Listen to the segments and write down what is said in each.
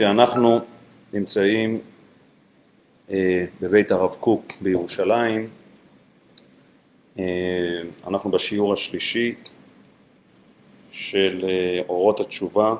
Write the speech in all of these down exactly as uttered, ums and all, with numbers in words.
אנחנו נמצאים אה, בבית הרב קוק בירושלים. אה, אנחנו בשיעור השלישי של אה, אורות התשובה.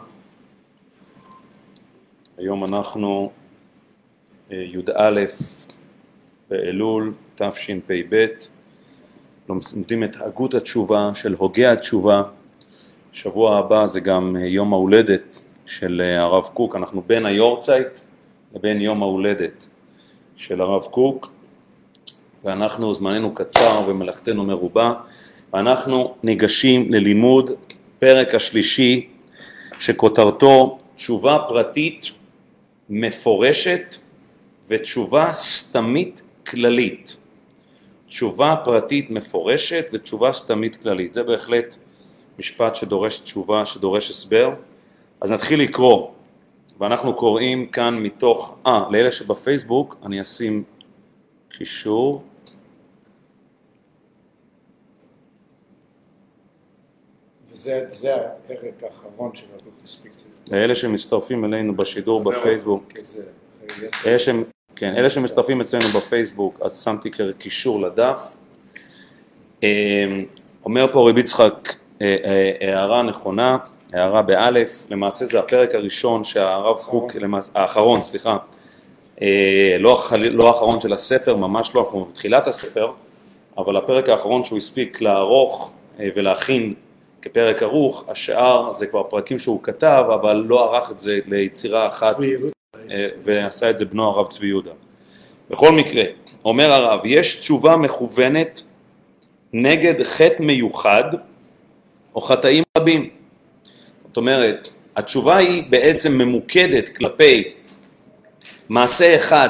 היום אנחנו אה, י"א באלול תשפ"ב, לומדים את הגות התשובה של הוגה התשובה. שבוע הבא זה גם יום ההולדת של הרב קוק, אנחנו בין היורצייט לבין יום ההולדת של הרב קוק, ואנחנו זמננו קצר ומלאכתנו מרובה, ואנחנו ניגשים ללימוד פרק השלישי שכותרתו תשובה פרטית מפורשת ותשובה סתמית כללית. תשובה פרטית מפורשת ותשובה סתמית כללית, זה בהחלט משפט שדורש תשובה, שדורש הסבר. אז נתחיל לקרוא, ואנחנו קוראים כאן מתוך, אה, לאלה שבפייסבוק אני אשים קישור. וזה זה הפרק האחרון של הרב הספיק. לאלה שמצטרפים אלינו בשידור בפייסבוק, אלה ש... כן, אלה שמצטרפים אצלנו בפייסבוק, אז שמתי קישור לדף. אומר פה רבי יצחק הערה נכונה, הערה באלף, למעשה זה הפרק הראשון שהרב קוק, למעשה, האחרון, סליחה, לא, לא האחרון של הספר, ממש לא, אנחנו בתחילת הספר, אבל הפרק האחרון שהוא הספיק לערוך ולהכין כפרק ערוך, השאר זה כבר פרקים שהוא כתב, אבל לא ערך את זה ליצירה אחת, ועשה את זה בנו הרב צבי יהודה. בכל מקרה, אומר הרב, יש תשובה מכוונת נגד חטא מיוחד או חטאים רבים. זאת אומרת, התשובה היא בעצם ממוקדת כלפי מעשה אחד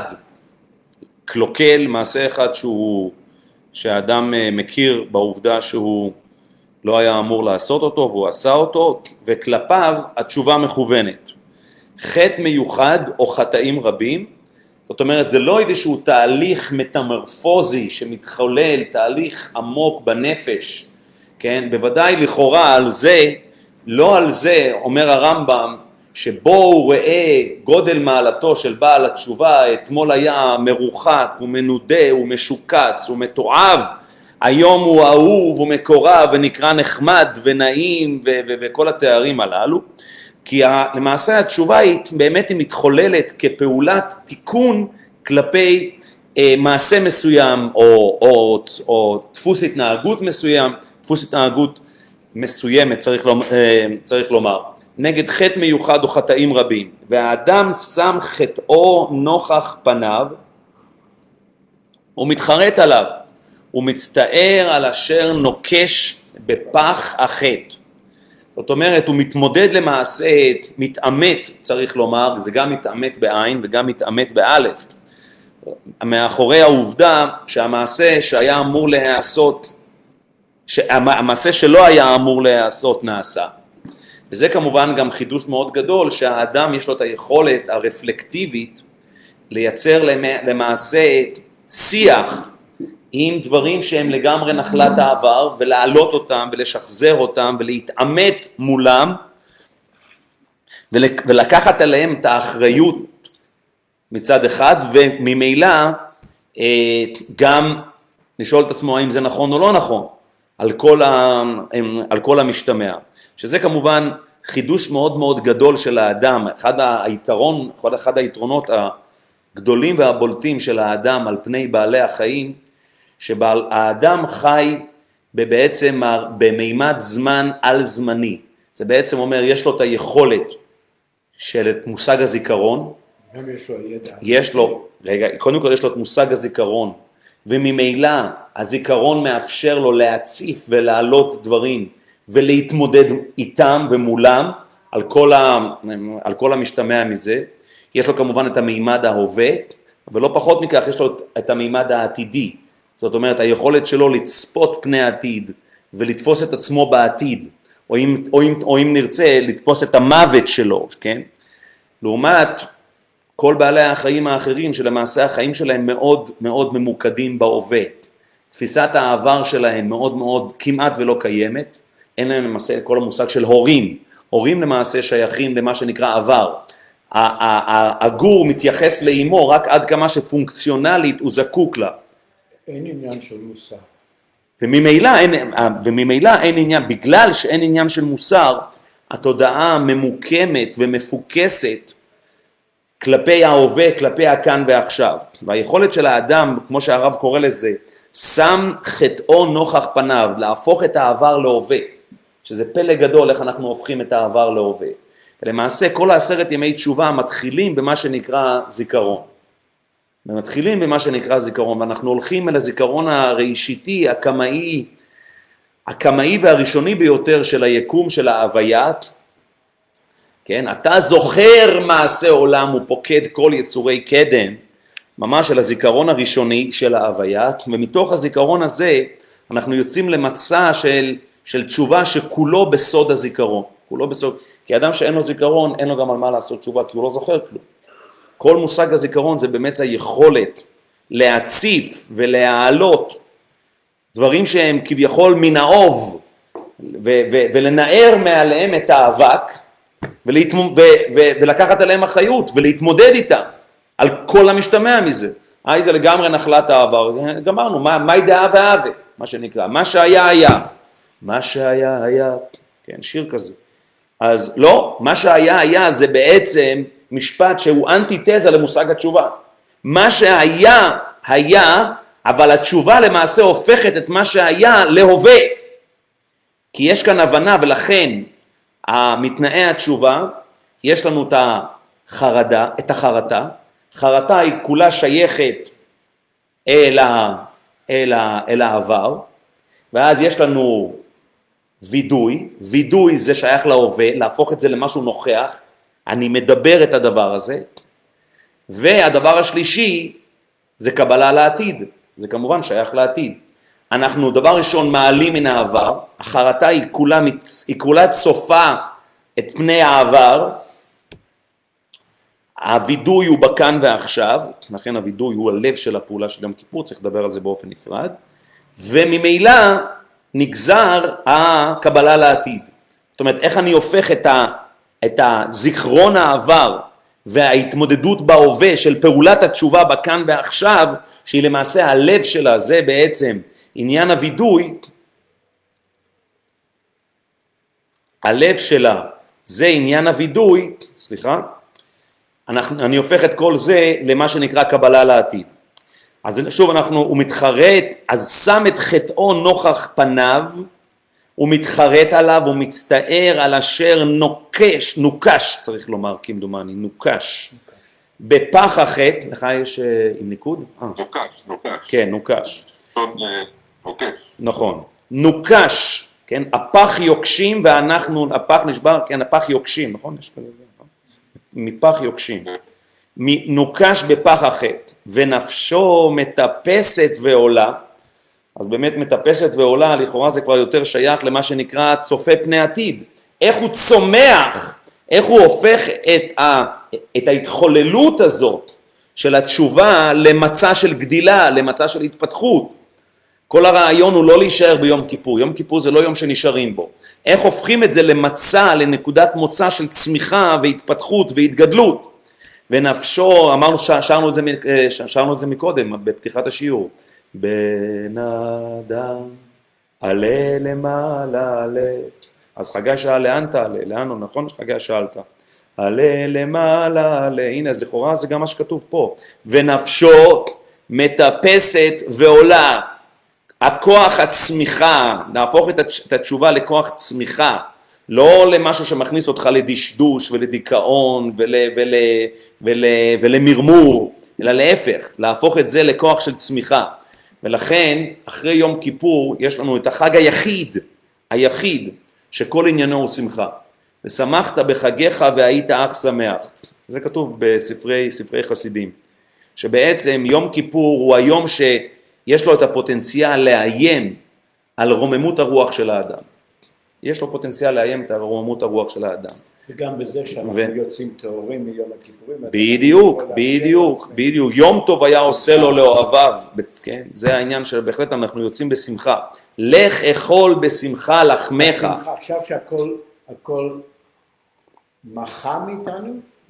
קלוקל, מעשה אחד שהוא, שהאדם מכיר בעובדה שהוא לא היה אמור לעשות אותו והוא עשה אותו, וכלפיו התשובה מכוונת. חטא מיוחד או חטאים רבים, זאת אומרת, זה לא איזשהו תהליך מטמורפוזי שמתחולל, תהליך עמוק בנפש, כן? בוודאי לכאורה על זה, לא על זה, אומר הרמב"ם, שבו הוא ראה גודל מעלתו של בעל התשובה, אתמול היה מרוחק, הוא מנודה, הוא משוקץ, הוא מתועב, היום הוא אהוב, הוא מקורב ונקרא נחמד ונעים ו- ו- וכל התארים הללו, כי למעשה התשובה היא באמת היא מתחוללת כפעולת תיקון כלפי אה, מעשה מסוים או, או, או דפוס התנהגות מסוים, דפוס התנהגות מסוימת צריך לומר, אה, צריך לומר, נגד חטא מיוחד או חטאים רבים, והאדם שם חטאו נוכח פניו, הוא מתחרט עליו, הוא מצטער על אשר נוקש בפח החטא. זאת אומרת, הוא מתמודד למעשה, מתאמת, צריך לומר, זה גם מתאמת בעין וגם מתאמת באלף, מאחורי העובדה שהמעשה שהיה אמור להיעשות, המעשה שלא היה אמור להיעשות נעשה. וזה כמובן גם חידוש מאוד גדול, שהאדם יש לו את היכולת הרפלקטיבית לייצר למעשה שיח עם דברים שהם לגמרי נחלת העבר, ולהעלות אותם ולשחזר אותם ולהתעמת מולם, ולקחת עליהם את האחריות מצד אחד, וממילא גם לשאול את עצמו האם זה נכון או לא נכון, על כל, ה, על כל המשתמע. שזה כמובן חידוש מאוד מאוד גדול של האדם, אחד היתרון, אחד, אחד היתרונות הגדולים והבולטים של האדם על פני בעלי החיים, שהאדם חי בעצם במימד זמן על זמני. זה בעצם אומר, יש לו את היכולת של מושג הזיכרון. גם יש לו ידע. יש לו, רגע, קודם כל יש לו את מושג הזיכרון, וממילא הזיכרון מאפשר לו להציף ולהעלות דברים, ולהתמודד איתם ומולם, על כל, ה, על כל המשתמע מזה. יש לו כמובן את המימד ההווה, ולא פחות מכך יש לו את המימד העתידי. זאת אומרת, היכולת שלו לצפות פני העתיד ולתפוס את עצמו בעתיד, או אם, או אם, או אם נרצה, לתפוס את המוות שלו, כן? לעומת כל בעלי החיים האחרים, שלמעשה החיים שלהם מאוד מאוד ממוקדים בהווה. תפיסת העבר שלהם מאוד מאוד כמעט ולא קיימת, אין להם למעשה כל המושג של הורים. הורים למעשה שייכים למה שנקרא עבר. הגור מתייחס לאמו רק עד כמה שפונקציונלית הוא זקוק לה. אין עניין של מוסר. וממילא אין, וממילא אין עניין, בגלל שאין עניין של מוסר, התודעה ממוקמת ומפוקסת כלפי ההווה, כלפי הכאן ועכשיו. והיכולת של האדם, כמו שהרב קורא לזה, שם חטאו נוכח פניו, להפוך את העבר להווה, שזה פלא גדול איך אנחנו הופכים את העבר להווה. ולמעשה כל העשרת ימי תשובה מתחילים במה שנקרא זיכרון. ומתחילים במה שנקרא זיכרון, ואנחנו הולכים אל הזיכרון הראשיתי, הקמאי, הקמאי והראשוני ביותר של היקום של ההוויית. כן, אתה זוכר מעשה עולם ופוקד כל יצורי קדם, ממש של הזיכרון הראשוני של ההוויית, ומתוך הזיכרון הזה אנחנו יוצאים למצע של, של תשובה שכולו בסוד הזיכרון, כולו בסוד, כי אדם שאין לו זיכרון אין לו גם על מה לעשות תשובה, כי הוא לא זוכר כלום. כל מושג הזיכרון זה באמת היכולת להציף ולהעלות דברים שהם כביכול מן האוב, ו- ו- ולנער מעליהם את האבק, ולהתמ- ו- ו- ולקחת עליהם אחריות ולהתמודד איתם על כל המשתמע מזה. היי, זה לגמרי נחלת העבר, גמרנו, מה, מה ידעה והאווה, מה שנקרא, מה שהיה היה, מה שהיה היה, כן, שיר כזה. אז לא, מה שהיה היה זה בעצם משפט שהוא אנטיתזה למושג התשובה. מה שהיה היה, אבל התשובה למעשה הופכת את מה שהיה להווה. כי יש כאן הבנה, ולכן המתנאי התשובה, יש לנו את החרדה, את החרטה. חרטה היא כולה שייכת אל, ה, אל, ה, אל העבר, ואז יש לנו וידוי, וידוי זה שייך להווה, להפוך את זה למשהו נוכח, אני מדבר את הדבר הזה, והדבר השלישי זה קבלה לעתיד, זה כמובן שייך לעתיד. אנחנו דבר ראשון מעלים מן העבר, החרטה היא כולה, היא כולה צופה את פני העבר, הוידוי הוא בכאן ועכשיו, לכן הוידוי הוא הלב של הפעולה של יום כיפור, צריך לדבר על זה באופן נפרד, וממילא נגזר הקבלה לעתיד. זאת אומרת, איך אני הופך את, ה, את הזיכרון העבר וההתמודדות בהווה של פעולת התשובה בכאן ועכשיו, שהיא למעשה הלב שלה, זה בעצם עניין הוידוי, הלב שלה זה עניין הוידוי, סליחה, אנחנו, אני הופך את כל זה למה שנקרא קבלה לעתיד. אז שוב אנחנו, הוא מתחרט, אז שם את חטאו נוכח פניו, הוא מתחרט עליו, הוא מצטער על אשר נוקש, נוקש צריך לומר, כמדומני, נוקש. בפח החטא, לך יש עם ניקוד? נוקש, נוקש. כן, נוקש. נוקש. נכון. נוקש, כן, הפח יוקשים ואנחנו, הפח נשבר, כן, הפח יוקשים, נכון? יש כזה, נכון? מפח יוקשים. נוקש בפח החטא, ונפשו מטפסת ועולה, אז באמת מטפסת ועולה, לכאורה זה כבר יותר שייך למה שנקרא צופה פני עתיד. איך הוא צומח, איך הוא הופך את, ה, את ההתחוללות הזאת של התשובה למצע של גדילה, למצע של התפתחות. כל הרעיון הוא לא להישאר ביום כיפור, יום כיפור זה לא יום שנשארים בו. איך הופכים את זה למצע, לנקודת מוצא של צמיחה והתפתחות והתגדלות. ונפשו, אמרנו, שרנו את זה, שרנו את זה מקודם, בפתיחת השיעור. בן אדם, עלה למעלה, עלה. אז חגי שאל, לאן תעלה? לאן הוא? נכון שחגי שאלת? עלה למעלה, עלה. הנה, אז לכאורה זה גם מה שכתוב פה. ונפשו מטפסת ועולה. הכוח הצמיחה, נהפוך את התשובה לכוח צמיחה. לא למשהו שמכניס אותך לדשדוש ולדיכאון ול, ול, ול, ולמרמור, אלא להפך, להפוך את זה לכוח של צמיחה. ולכן, אחרי יום כיפור, יש לנו את החג היחיד, היחיד, שכל עניינו הוא שמחה. ושמחת בחגיך והיית אך שמח. זה כתוב בספרי ספרי חסידים. שבעצם יום כיפור הוא היום שיש לו את הפוטנציאל לאיים על רוממות הרוח של האדם. יש לו פוטנציאל לאיים את רוממות הרוח של האדם. וגם בזה שאנחנו ו... יוצאים טהורים מיום הכיפורים. בדיוק, בדיוק, בדיוק. יום טוב היה עושה לו לאוהביו, כן? זה העניין שבהחלט אנחנו יוצאים בשמחה. לך אכול בשמחה לחמך. בשמחה, עכשיו שהכל הכל מחם איתנו,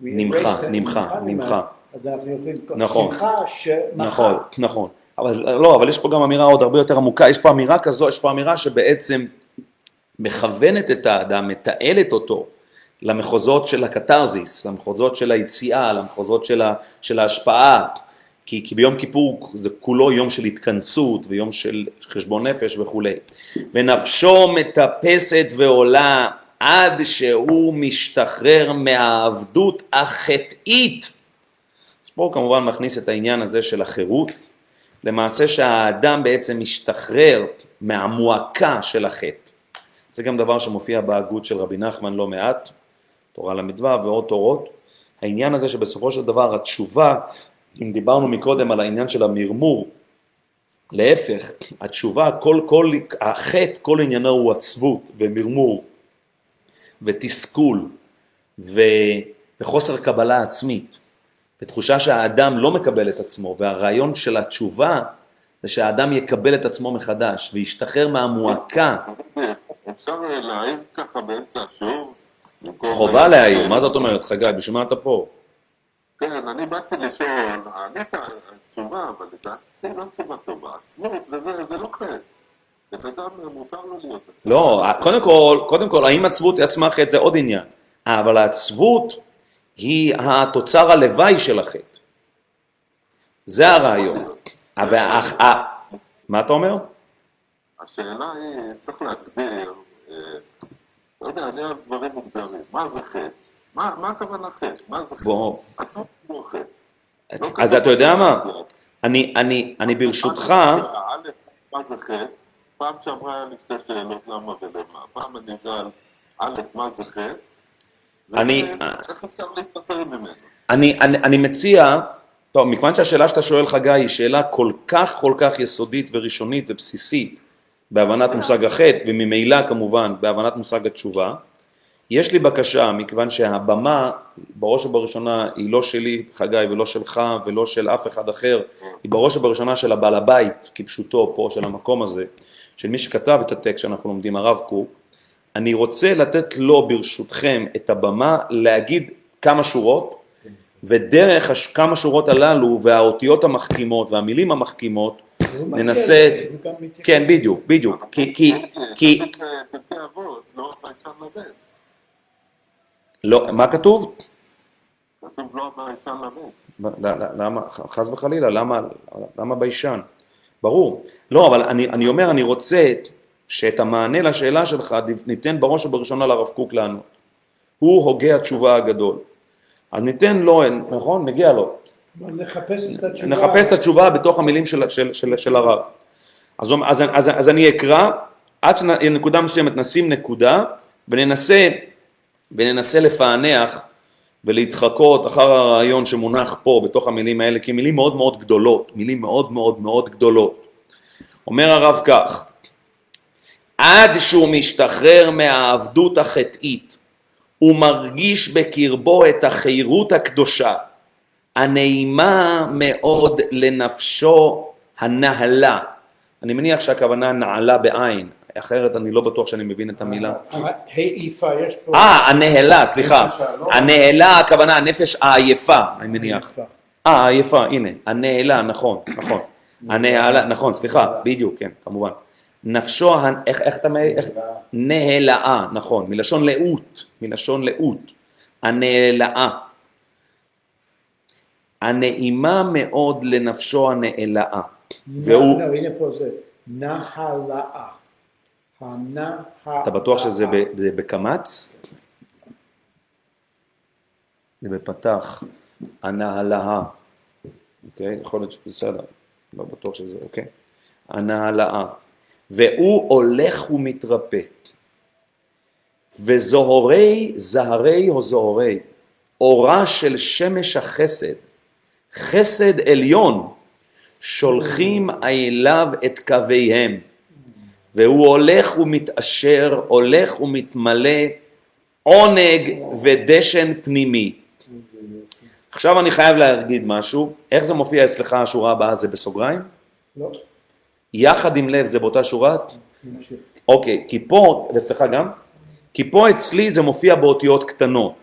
נמחה, נמחה, נמחה. אז אנחנו יכולים... נכון. שמחה שמחה. נכון, נכון. אבל לא, אבל יש פה גם אמירה עוד הרבה יותר עמוקה, יש פה אמירה כזו, יש פה אמירה שבעצם מכוונת את האדם, מתעלת אותו למחוזות של הקתרזיס, למחוזות של היציאה, למחוזות של, ה, של ההשפעה, כי, כי ביום כיפור זה כולו יום של התכנסות ויום של חשבון נפש וכו'. ונפשו מטפסת ועולה עד שהוא משתחרר מהעבדות החטאית. אז פה הוא כמובן מכניס את העניין הזה של החירות, למעשה שהאדם בעצם משתחרר מהמועקה של החטא. זה גם דבר שמופיע בהגות של רבי נחמן לא מעט, תורה למדווה ועוד תורות. העניין הזה שבסופו של דבר התשובה, אם דיברנו מקודם על העניין של המרמור, להפך, התשובה, כל, כל, החטא, כל עניינו הוא עצבות ומרמור ותסכול ו, וחוסר קבלה עצמית, ותחושה שהאדם לא מקבל את עצמו, והרעיון של התשובה זה שהאדם יקבל את עצמו מחדש וישתחרר מהמועקה. אפשר להעיר ככה באמצע השיעור? חובה להעיר, מה זאת אומרת חגי? בשביל מה אתה פה? כן, אני באתי לשאול, ענית תשובה, אבל לדעתי לא תשובה טובה, עצמות וזה, זה לא חטא. בן אדם מותר לו להיות עצמות. לא, קודם כל, קודם כל, האם עצבות היא עצמה חטא זה עוד עניין, אבל העצבות היא התוצר הלוואי של החטא. זה הרעיון. מה אתה אומר? השאלה היא, צריך להגדיר, לא יודע, אני אוהב דברים מוגדרים, מה זה חטא? מה, מה הכוונה חטא? מה זה חטא? עצמות הוא חטא. אז אתה יודע מה? אני, אני, אני ברשותך... מה זה חטא? פעם שעברה היה לי שתי שאלות למה ולמה. פעם אני שאל, א', מה זה חטא? אני... איך אפשר להתפטר ממנו? אני, אני, אני מציע... טוב, מכיוון שהשאלה שאתה שואל חגי היא שאלה כל כך כל כך יסודית וראשונית ובסיסית בהבנת מושג החטא, וממילא כמובן בהבנת מושג התשובה, יש לי בקשה, מכיוון שהבמה בראש ובראשונה היא לא שלי חגי ולא שלך ולא של אף אחד אחר, היא בראש ובראשונה של הבעל הבית כפשוטו פה של המקום הזה, של מי שכתב את הטקסט שאנחנו לומדים, הרב קוק. אני רוצה לתת לו ברשותכם את הבמה להגיד כמה שורות, ודרך כמה שורות הללו והאותיות המחכימות והמילים המחכימות ננסה... כן, בדיוק, בדיוק. כי... כי... פרטי אבות, לא ביישן לבן. לא, מה כתוב? כתוב לא ביישן לבן. למה? חס וחלילה, למה? למה ביישן? ברור. לא, אבל אני, אני אומר, אני רוצה שאת המענה לשאלה שלך ניתן בראש ובראשונה לרב קוק לענות. הוא הוגה התשובה הגדול. אז ניתן לו, נכון? מגיע לו. נחפש את התשובה. נחפש את התשובה בתוך המילים של, של, של, של הרב. אז, אז, אז, אז אני אקרא, עד שנקודה מסוימת נשים נקודה, וננסה, וננסה לפענח ולהתחקות אחר הרעיון שמונח פה בתוך המילים האלה, כי מילים מאוד מאוד גדולות, מילים מאוד מאוד מאוד גדולות. אומר הרב כך, עד שהוא משתחרר מהעבדות החטאית, הוא מרגיש בקרבו את החירות הקדושה, הנעימה מאוד לנפשו הנהלה. אני מניח שהכוונה נעלה בעין, אחרת אני לא בטוח שאני מבין את המילה. העיפה, יש פה... אה, הנהלה, סליחה. הנהלה, הכוונה, הנפש העייפה, אני מניח. אה, העייפה, הנה, הנהלה, נכון, נכון. הנהלה, נכון, סליחה, בדיוק, כן, כמובן. נפשו, איך, איך אתה... נהלאה, נכון, מלשון לאות, מלשון לאות. הנהלאה. הנעימה מאוד לנפשו הנעלאה. והוא... הנה פה זה נהלאה. אתה בטוח שזה בקמץ? זה בפתח, הנהלאה. אוקיי, יכול להיות שבסדר, לא בטוח שזה, אוקיי. הנהלאה. והוא הולך ומתרפט. וזוהרי, זהרי או זוהרי, אורה של שמש החסד, חסד עליון, שולחים אליו את קוויהם. והוא הולך ומתאשר, הולך ומתמלא עונג ודשן פנימי. עכשיו אני חייב להגיד משהו, איך זה מופיע אצלך השורה הבאה, זה בסוגריים? לא. יחד עם לב זה באותה שורת? אוקיי, כי פה, וסליחה גם, כי פה אצלי זה מופיע באותיות קטנות,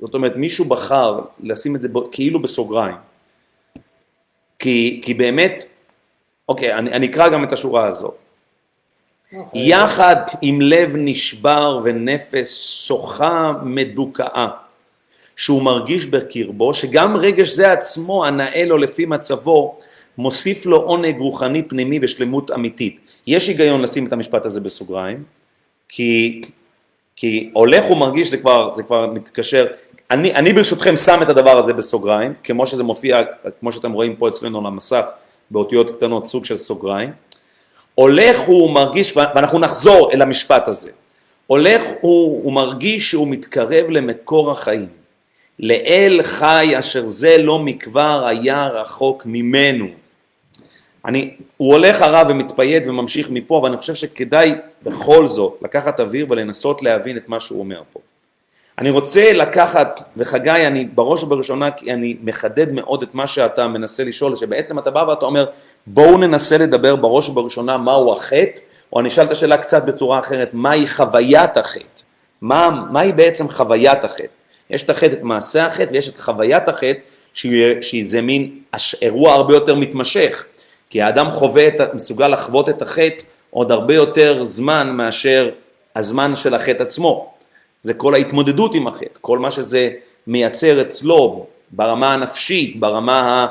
זאת אומרת, מישהו בחר לשים את זה כאילו בסוגריים. כי, כי באמת, אוקיי, אני, אני אקרא גם את השורה הזו. יחד עם לב נשבר ונפש שוחה מדוכאה, שהוא מרגיש בקרבו, שגם רגש זה עצמו הנאה לו לפי מצבו, מוסיף לו עונג רוחני פנימי ושלמות אמיתית. יש היגיון לשים את המשפט הזה בסוגריים, כי, כי הולך ומרגיש, זה כבר, זה כבר מתקשר, אני, אני ברשותכם שם את הדבר הזה בסוגריים, כמו שזה מופיע, כמו שאתם רואים פה אצלנו על המסך, באותיות קטנות, סוג של סוגריים. הולך הוא מרגיש, ואנחנו נחזור אל המשפט הזה, הולך הוא, הוא מרגיש שהוא מתקרב למקור החיים, לאל חי אשר זה לא מכבר היה רחוק ממנו. אני, הוא הולך הרב ומתפייד וממשיך מפה, אבל אני חושב שכדאי בכל זאת לקחת אוויר ולנסות להבין את מה שהוא אומר פה. אני רוצה לקחת, וחגי, אני בראש ובראשונה, כי אני מחדד מאוד את מה שאתה מנסה לשאול, שבעצם אתה בא ואתה אומר, בואו ננסה לדבר בראש ובראשונה מהו החטא, או אני אשאל את השאלה קצת בצורה אחרת, מהי חוויית החטא? מה, מהי בעצם חוויית החטא? יש את החטא, את מעשה החטא, ויש את חוויית החטא, שזה מין אירוע הרבה יותר מתמשך, כי האדם חווה, את, מסוגל לחוות את החטא עוד הרבה יותר זמן מאשר הזמן של החטא עצמו. זה כל ההתמודדות עם החטא, כל מה שזה מייצר אצלו ברמה הנפשית, ברמה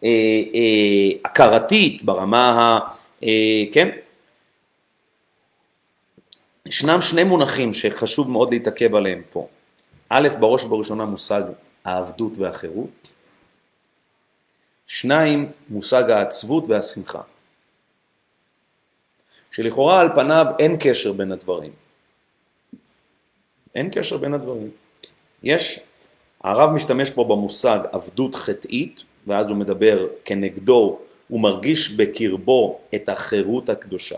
ההכרתית, ברמה ה... כן? ישנם שני מונחים שחשוב מאוד להתעכב עליהם פה. א', בראש ובראשונה מושג העבדות והחירות. שניים, מושג העצבות והשמחה. שלכאורה על פניו אין קשר בין הדברים. אין קשר בין הדברים. יש, הרב משתמש פה במושג עבדות חטאית, ואז הוא מדבר כנגדו, הוא מרגיש בקרבו את החירות הקדושה,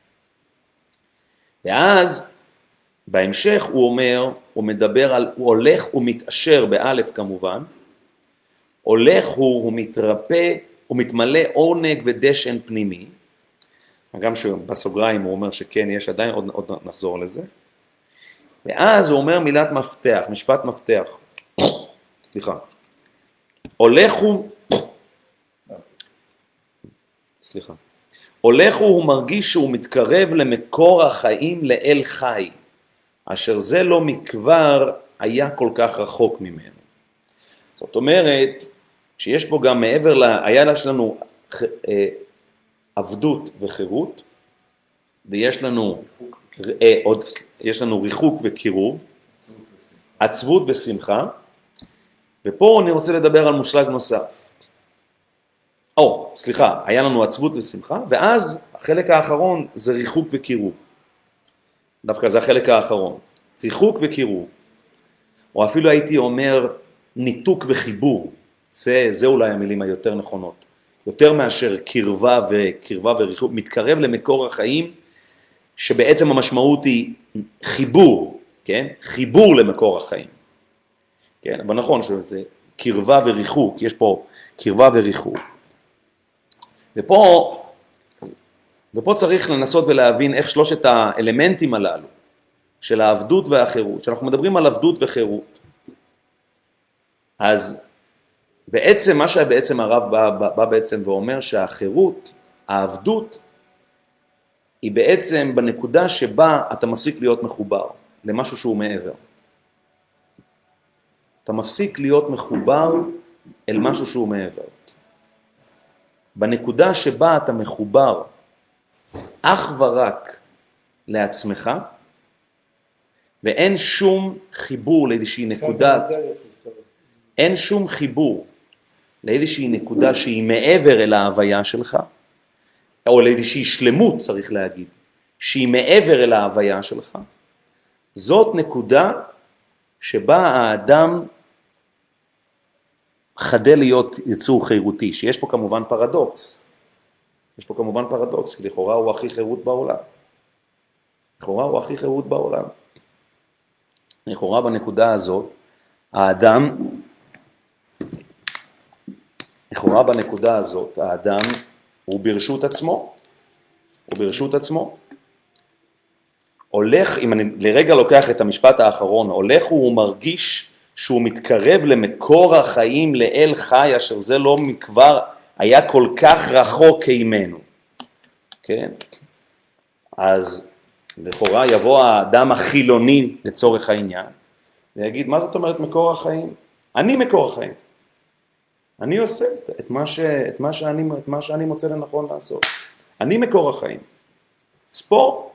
ואז בהמשך הוא אומר, הוא מדבר על, הוא הולך ומתאשר באלף כמובן, הולך הוא, הוא מתרפא, הוא מתמלא עונג ודשן פנימי, גם שבסוגריים הוא אומר שכן, יש עדיין, עוד, עוד נחזור לזה, ואז הוא אומר מילת מפתח, משפט מפתח, סליחה, הולך הוא, סליחה, הולך הוא, הוא מרגיש שהוא מתקרב למקור החיים לאל חי, אשר זה לא מכבר היה כל כך רחוק ממנו. זאת אומרת, שיש פה גם מעבר, לה, היה לנו אה, עבדות וחירות, ויש לנו, אה, עוד, יש לנו ריחוק וקירוב, עצבות ושמחה, ופה אני רוצה לדבר על מושג נוסף. או, סליחה, היה לנו עצבות ושמחה, ואז החלק האחרון זה ריחוק וקירוב. דווקא זה החלק האחרון. ריחוק וקירוב. או אפילו הייתי אומר ניתוק וחיבור. זה, זה אולי המילים היותר נכונות. יותר מאשר קרבה וקרבה וריחוק. מתקרב למקור החיים, שבעצם המשמעות היא חיבור, כן? חיבור למקור החיים. כן? אבל נכון שזה קרבה וריחוק. יש פה קרבה וריחוק. ופה, ופה צריך לנסות ולהבין איך שלושת האלמנטים הללו של העבדות והחירות, שאנחנו מדברים על עבדות וחירות. אז בעצם מה שבעצם הרב בא, בא, בא בעצם ואומר שהחירות, העבדות, היא בעצם בנקודה שבה אתה מפסיק להיות מחובר למשהו שהוא מעבר. אתה מפסיק להיות מחובר אל משהו שהוא מעבר. בנקודה שבה אתה מחובר אך ורק לעצמך, ואין שום חיבור לאיזושהי נקודה, אין שום חיבור לאיזושהי נקודה שהיא מעבר אל ההוויה שלך, או לאיזושהי שלמות צריך להגיד, שהיא מעבר אל ההוויה שלך, זאת נקודה שבה האדם חדל להיות יצור חירותי, שיש פה כמובן פרדוקס. יש פה כמובן פרדוקס, כי לכאורה הוא הכי חירות בעולם. לכאורה הוא הכי חירות בעולם. לכאורה בנקודה הזאת, האדם, לכאורה בנקודה הזאת, האדם הוא ברשות עצמו. הוא ברשות עצמו. הולך, אם אני לרגע לוקח את המשפט האחרון, הולך הוא מרגיש שהוא מתקרב למקור החיים לאל חי, אשר זה לא מכבר היה כל כך רחוק כימנו. כן? אז לכאורה יבוא האדם החילוני לצורך העניין, ויגיד, מה זאת אומרת מקור החיים? אני מקור החיים. אני עושה את מה, ש, את מה, שאני, את מה שאני מוצא לנכון לעשות. אני מקור החיים. ספור.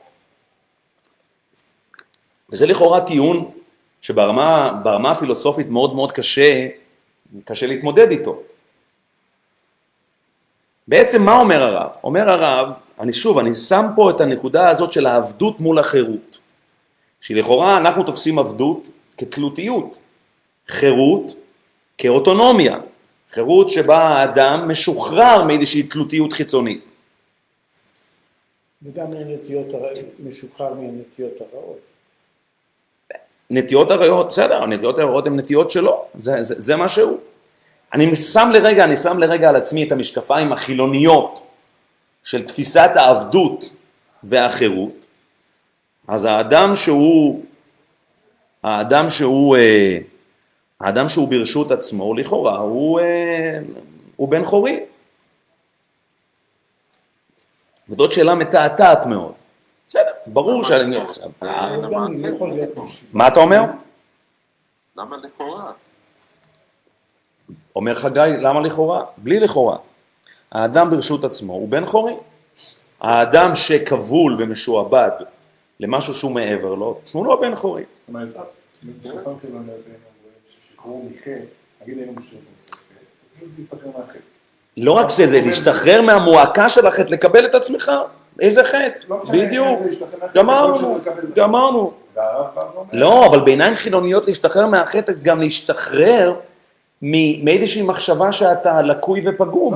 וזה לכאורה טיעון שברמה ברמה הפילוסופית מאוד מאוד קשה, קשה להתמודד איתו. בעצם מה אומר הרב? אומר הרב, אני שוב, אני שם פה את הנקודה הזאת של העבדות מול החירות. שלכאורה אנחנו תופסים עבדות כתלותיות, חירות כאוטונומיה, חירות שבה האדם משוחרר מאיזושהי תלותיות חיצונית. וגם מהנטיות הרעות, משוחרר מהנטיות הרעות. נטיות הרעות, בסדר, הנטיות הרעות הן נטיות שלו, זה, זה, זה מה שהוא. אני שם לרגע, אני שם לרגע על עצמי את המשקפיים החילוניות של תפיסת העבדות והחירות. אז האדם שהוא, האדם שהוא, האדם שהוא ברשות עצמו, לכאורה, הוא, הוא בן חורי. וזאת שאלה מתעתעת מאוד. בסדר, ברור שאני עכשיו. מה אתה אומר? למה לכאורה? אומר חגי, למה לכאורה? בלי לכאורה. האדם ברשות עצמו הוא בן חורי. האדם שכבול ומשועבד למשהו שהוא מעבר לו, הוא לא בן חורי. זאת אומרת, בסופם כאילו אני יודעים ששחרור מחטא, נגיד היינו בשביל מוצא, פשוט להשתחרר מהחטא. לא רק שזה, להשתחרר מהמועקה של החטא, לקבל את עצמך. איזה חטא? בדיוק. גמרנו, גמרנו. לא, אבל בעיניים חילוניות להשתחרר מהחטא, גם להשתחרר מאיזושהי מחשבה שאתה לקוי ופגום.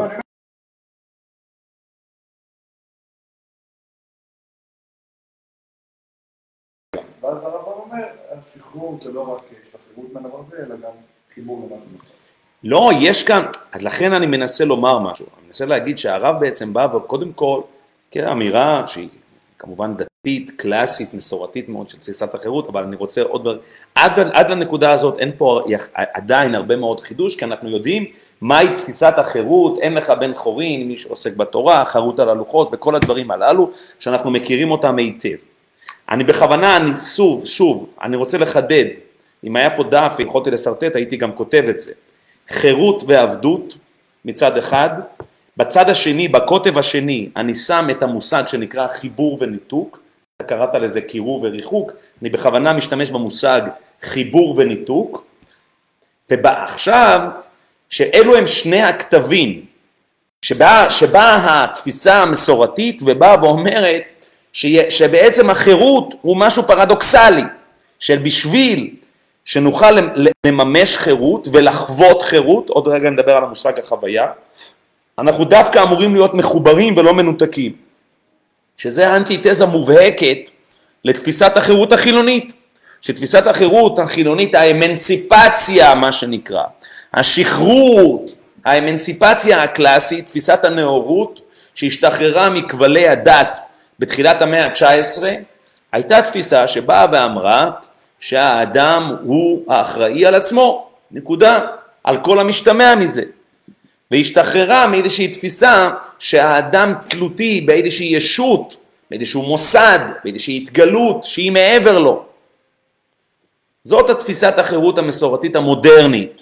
ואז הרב אומר, השחרור זה לא רק השתחררות מהדבר הזה, אלא גם חיבור למשהו נוסף. לא, יש כאן, אז לכן אני מנסה לומר משהו. אני מנסה להגיד שהרב בעצם בא, וקודם כל, כאמירה שהיא כמובן דתית, קלאסית, מסורתית מאוד של תפיסת החירות, אבל אני רוצה עוד, עד, עד לנקודה הזאת אין פה עדיין הרבה מאוד חידוש, כי אנחנו יודעים מהי תפיסת החירות, אין לך בן חורין, מי שעוסק בתורה, חרות על הלוחות וכל הדברים הללו, שאנחנו מכירים אותם היטב. אני בכוונה, אני שוב, שוב, אני רוצה לחדד, אם היה פה דף ויכולתי לסרטט, הייתי גם כותב את זה. חירות ועבדות מצד אחד, בצד השני, בקוטב השני, אני שם את המושג שנקרא חיבור וניתוק, אתה קראת לזה קירוב וריחוק, אני בכוונה משתמש במושג חיבור וניתוק, ובעכשיו, שאלו הם שני הכתבים, שבה, שבה התפיסה המסורתית ובאה ואומרת, שבעצם החירות הוא משהו פרדוקסלי, של בשביל שנוכל לממש חירות ולחוות חירות, עוד רגע נדבר על המושג החוויה, אנחנו דווקא אמורים להיות מחוברים ולא מנותקים, שזה האנטיתזה מובהקת לתפיסת החירות החילונית, שתפיסת החירות החילונית, האמנסיפציה מה שנקרא, השחרור, האמנסיפציה הקלאסית, תפיסת הנאורות שהשתחררה מכבלי הדת בתחילת המאה ה-תשע עשרה, הייתה תפיסה שבאה ואמרה שהאדם הוא האחראי על עצמו, נקודה, על כל המשתמע מזה. והשתחררה מאיזושהי תפיסה שהאדם תלותי באיזושהי ישות, באיזשהו מוסד, באיזושהי התגלות שהיא מעבר לו. זאת התפיסת החירות המסורתית המודרנית.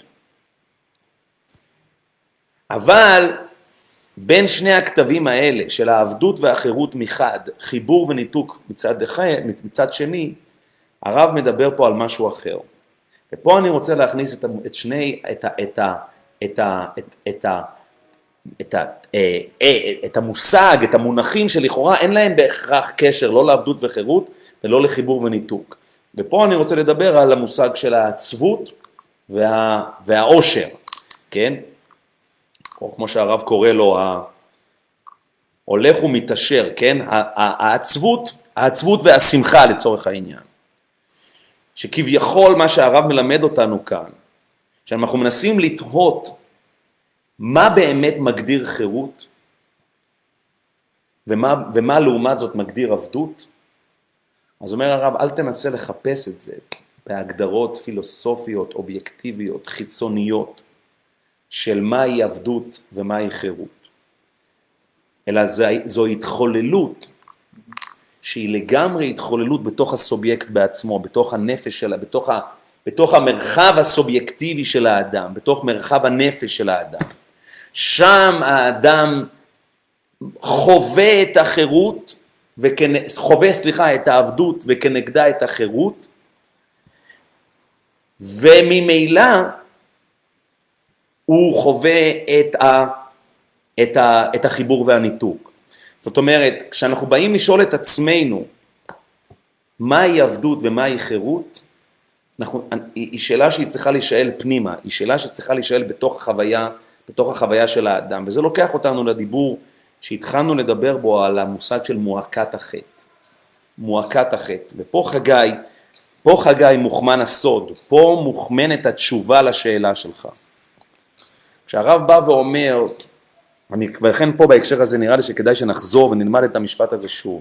אבל בין שני הכתבים האלה של העבדות והחירות מחד, חיבור וניתוק מצד, מצד שני, הרב מדבר פה על משהו אחר. ופה אני רוצה להכניס את, את שני, את ה, את ה, את ה, את, את ה, את ה, את המושג, את המונחים שלכאורה אין להם בהכרח קשר, לא לעבדות וחירות ולא לחיבור וניתוק. ופה אני רוצה לדבר על המושג של העצבות וה, והעושר, כן? או כמו שהרב קורא לו, הולך ומתאשר, כן? העצבות, העצבות והשמחה לצורך העניין. שכביכול מה שהרב מלמד אותנו כאן, שאנחנו מנסים לתהות מה באמת מגדיר חירות, ומה, ומה לעומת זאת מגדיר עבדות, אז אומר הרב, אל תנסה לחפש את זה, בהגדרות פילוסופיות, אובייקטיביות, חיצוניות, של מהי עבדות ומהי חירות. אלא זו התחוללות, שהיא לגמרי התחוללות בתוך הסובייקט בעצמו, בתוך הנפש שלה, בתוך, ה, בתוך המרחב הסובייקטיבי של האדם, בתוך מרחב הנפש של האדם. שם האדם חווה את החירות, וכנ... חווה, סליחה, את העבדות וכנגדה את החירות, וממילא הוא חווה את, ה... את, ה... את החיבור והניתוק. זאת אומרת, כשאנחנו באים לשאול את עצמנו מהי עבדות ומהי חירות, אנחנו... היא שאלה שהיא צריכה להישאל פנימה, היא שאלה שצריכה להישאל בתוך החוויה, בתוך החוויה של האדם, וזה לוקח אותנו לדיבור שהתחלנו לדבר בו על המושג של מועקת החטא. מועקת החטא. ופה חגי, פה חגי מוכמן הסוד, פה מוכמנת התשובה לשאלה שלך. כשהרב בא ואומר, אני, ולכן פה בהקשר הזה נראה לי שכדאי שנחזור ונלמד את המשפט הזה שוב.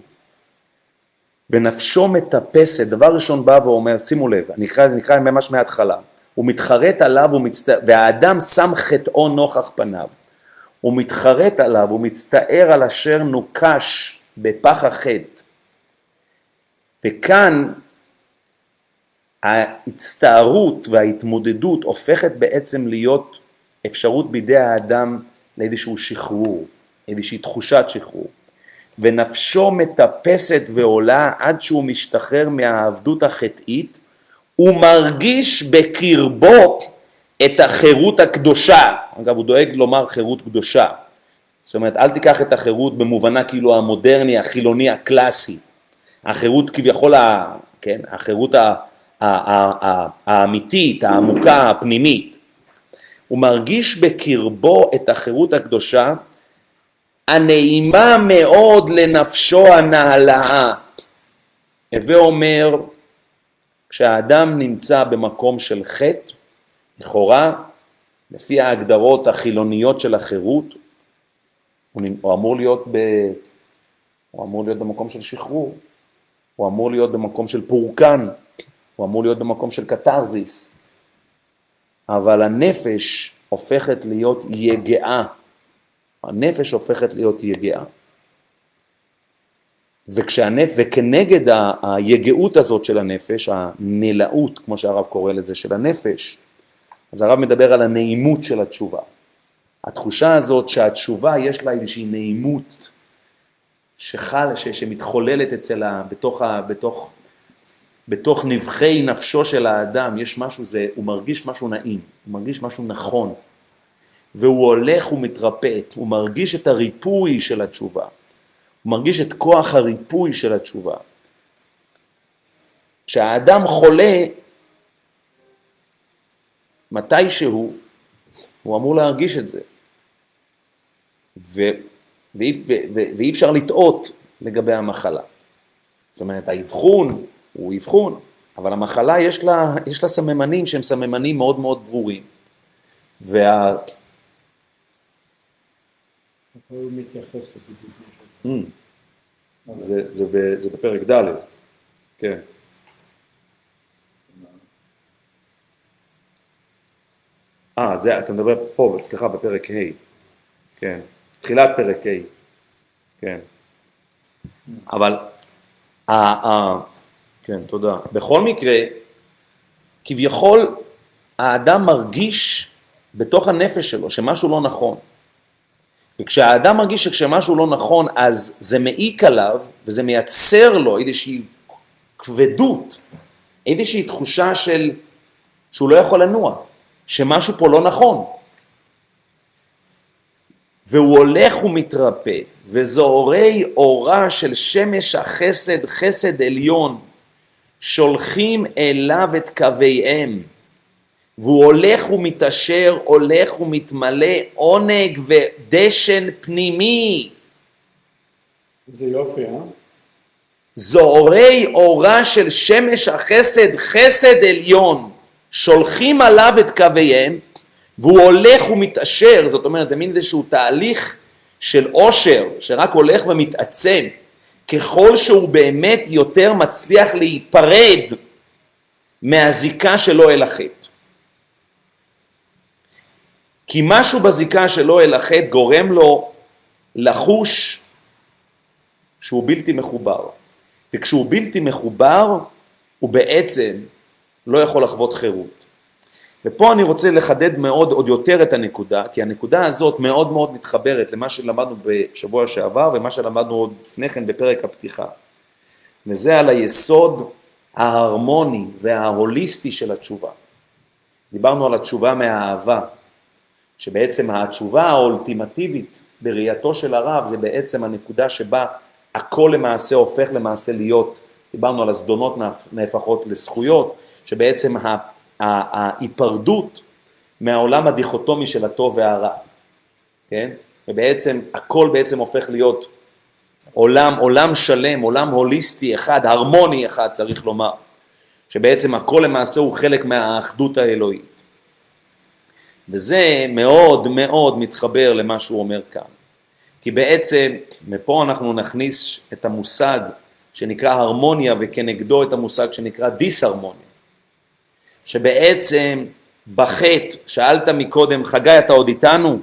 ונפשו מטפסת, דבר ראשון בא ואומר, שימו לב, אני אקרא, אני אקרא ממש מההתחלה, הוא מתחרט עליו ומצטער, והאדם שם חטאו נוכח פניו. הוא מתחרט עליו, הוא מצטער על אשר נוקש בפח החטא. וכאן ההצטערות וההתמודדות הופכת בעצם להיות אפשרות בידי האדם לאיזשהו שחרור, איזושהי תחושת שחרור. ונפשו מטפסת ועולה עד שהוא משתחרר מהעבדות החטאית, הוא מרגיש בקרבו את החירות הקדושה. אגב, הוא דואג לומר חירות קדושה. זאת אומרת, אל תיקח את החירות במובנה כאילו המודרני, החילוני, הקלאסי. החירות כביכול, ה, כן, החירות ה, ה, ה, ה, האמיתית, העמוקה, הפנימית. הוא מרגיש בקרבו את החירות הקדושה, הנעימה מאוד לנפשו הנעלאה. הווה אומר, כשהאדם נמצא במקום של חטא, לכאורה, לפי ההגדרות החילוניות של החירות, הוא אמור להיות, ב... הוא אמור להיות במקום של שחרור, הוא אמור להיות במקום של פורקן, הוא אמור להיות במקום של קטרזיס, אבל הנפש הופכת להיות יגעה, הנפש הופכת להיות יגעה. וכשהנפש, וכנגד ה... היגעות הזאת של הנפש, הנלאות, כמו שהרב קורא לזה, של הנפש, אז הרב מדבר על הנעימות של התשובה. התחושה הזאת שהתשובה יש לה איזושהי נעימות שחל, ש, שמתחוללת אצלה בתוך, ה, בתוך, בתוך נבחי נפשו של האדם, יש משהו, זה, הוא מרגיש משהו נעים, הוא מרגיש משהו נכון, והוא הולך ומתרפאת, הוא מרגיש את הריפוי של התשובה, הוא מרגיש את כוח הריפוי של התשובה. כשהאדם חולה, מתי שהוא, הוא אמור להרגיש את זה. ו, ואי, ו, ו, ואי אפשר לטעות לגבי המחלה. זאת אומרת, האבחון הוא אבחון, אבל המחלה יש לה, יש לה סממנים שהם סממנים מאוד מאוד ברורים. וה... הוא מתייחס לבידוד. זה, זה, זה, זה בפרק ד', כן. אה, זה, אתה מדבר פה, סליחה, בפרק ה', כן, תחילת פרק ה', כן. אבל, אה, אה, כן, תודה. בכל מקרה, כביכול, האדם מרגיש בתוך הנפש שלו שמשהו לא נכון. וכשהאדם מרגיש שכשמשהו לא נכון, אז זה מעיק עליו, וזה מייצר לו איזושהי כבדות, איזושהי תחושה של, שהוא לא יכול לנוע. שמשהו פה לא נכון. והוא הולך ומתרפא, וזוהרי אורה של שמש החסד, חסד עליון, שולחים אליו את קוויהם, והוא הולך ומתאשר, הולך ומתמלא עונג ודשן פנימי. זה יופי, אה? זוהרי אורה של שמש החסד, חסד עליון, שולחים עליו את קוויהם, והוא הולך ומתאשר, זאת אומרת, זה מין איזשהו תהליך של עושר, שרק הולך ומתעצם, ככל שהוא באמת יותר מצליח להיפרד מהזיקה שלו אל החטא. כי משהו בזיקה שלו אל החטא גורם לו לחוש שהוא בלתי מחובר. וכשהוא בלתי מחובר, הוא בעצם לא יכול לחוות חירות. ופה אני רוצה לחדד מאוד עוד יותר את הנקודה, כי הנקודה הזאת מאוד מאוד מתחברת למה שלמדנו בשבוע שעבר, ומה שלמדנו עוד לפני כן בפרק הפתיחה. וזה על היסוד ההרמוני וההוליסטי של התשובה. דיברנו על התשובה מהאהבה, שבעצם התשובה האולטימטיבית בראייתו של הרב, זה בעצם הנקודה שבה הכל למעשה הופך למעשה להיות, דיברנו על הזדונות נהפכות לזכויות, שבעצם ההיפרדות מהעולם הדיכוטומי של הטוב והרע, כן? ובעצם הכל בעצם הופך להיות עולם, עולם שלם, עולם הוליסטי אחד, הרמוני אחד צריך לומר, שבעצם הכל למעשה הוא חלק מהאחדות האלוהית. וזה מאוד מאוד מתחבר למה שהוא אומר כאן. כי בעצם מפה אנחנו נכניס את המושג שנקרא הרמוניה וכנגדו את המושג שנקרא דיסהרמוניה. שבעצם בחטא, שאלת מקודם, חגי אתה עוד איתנו?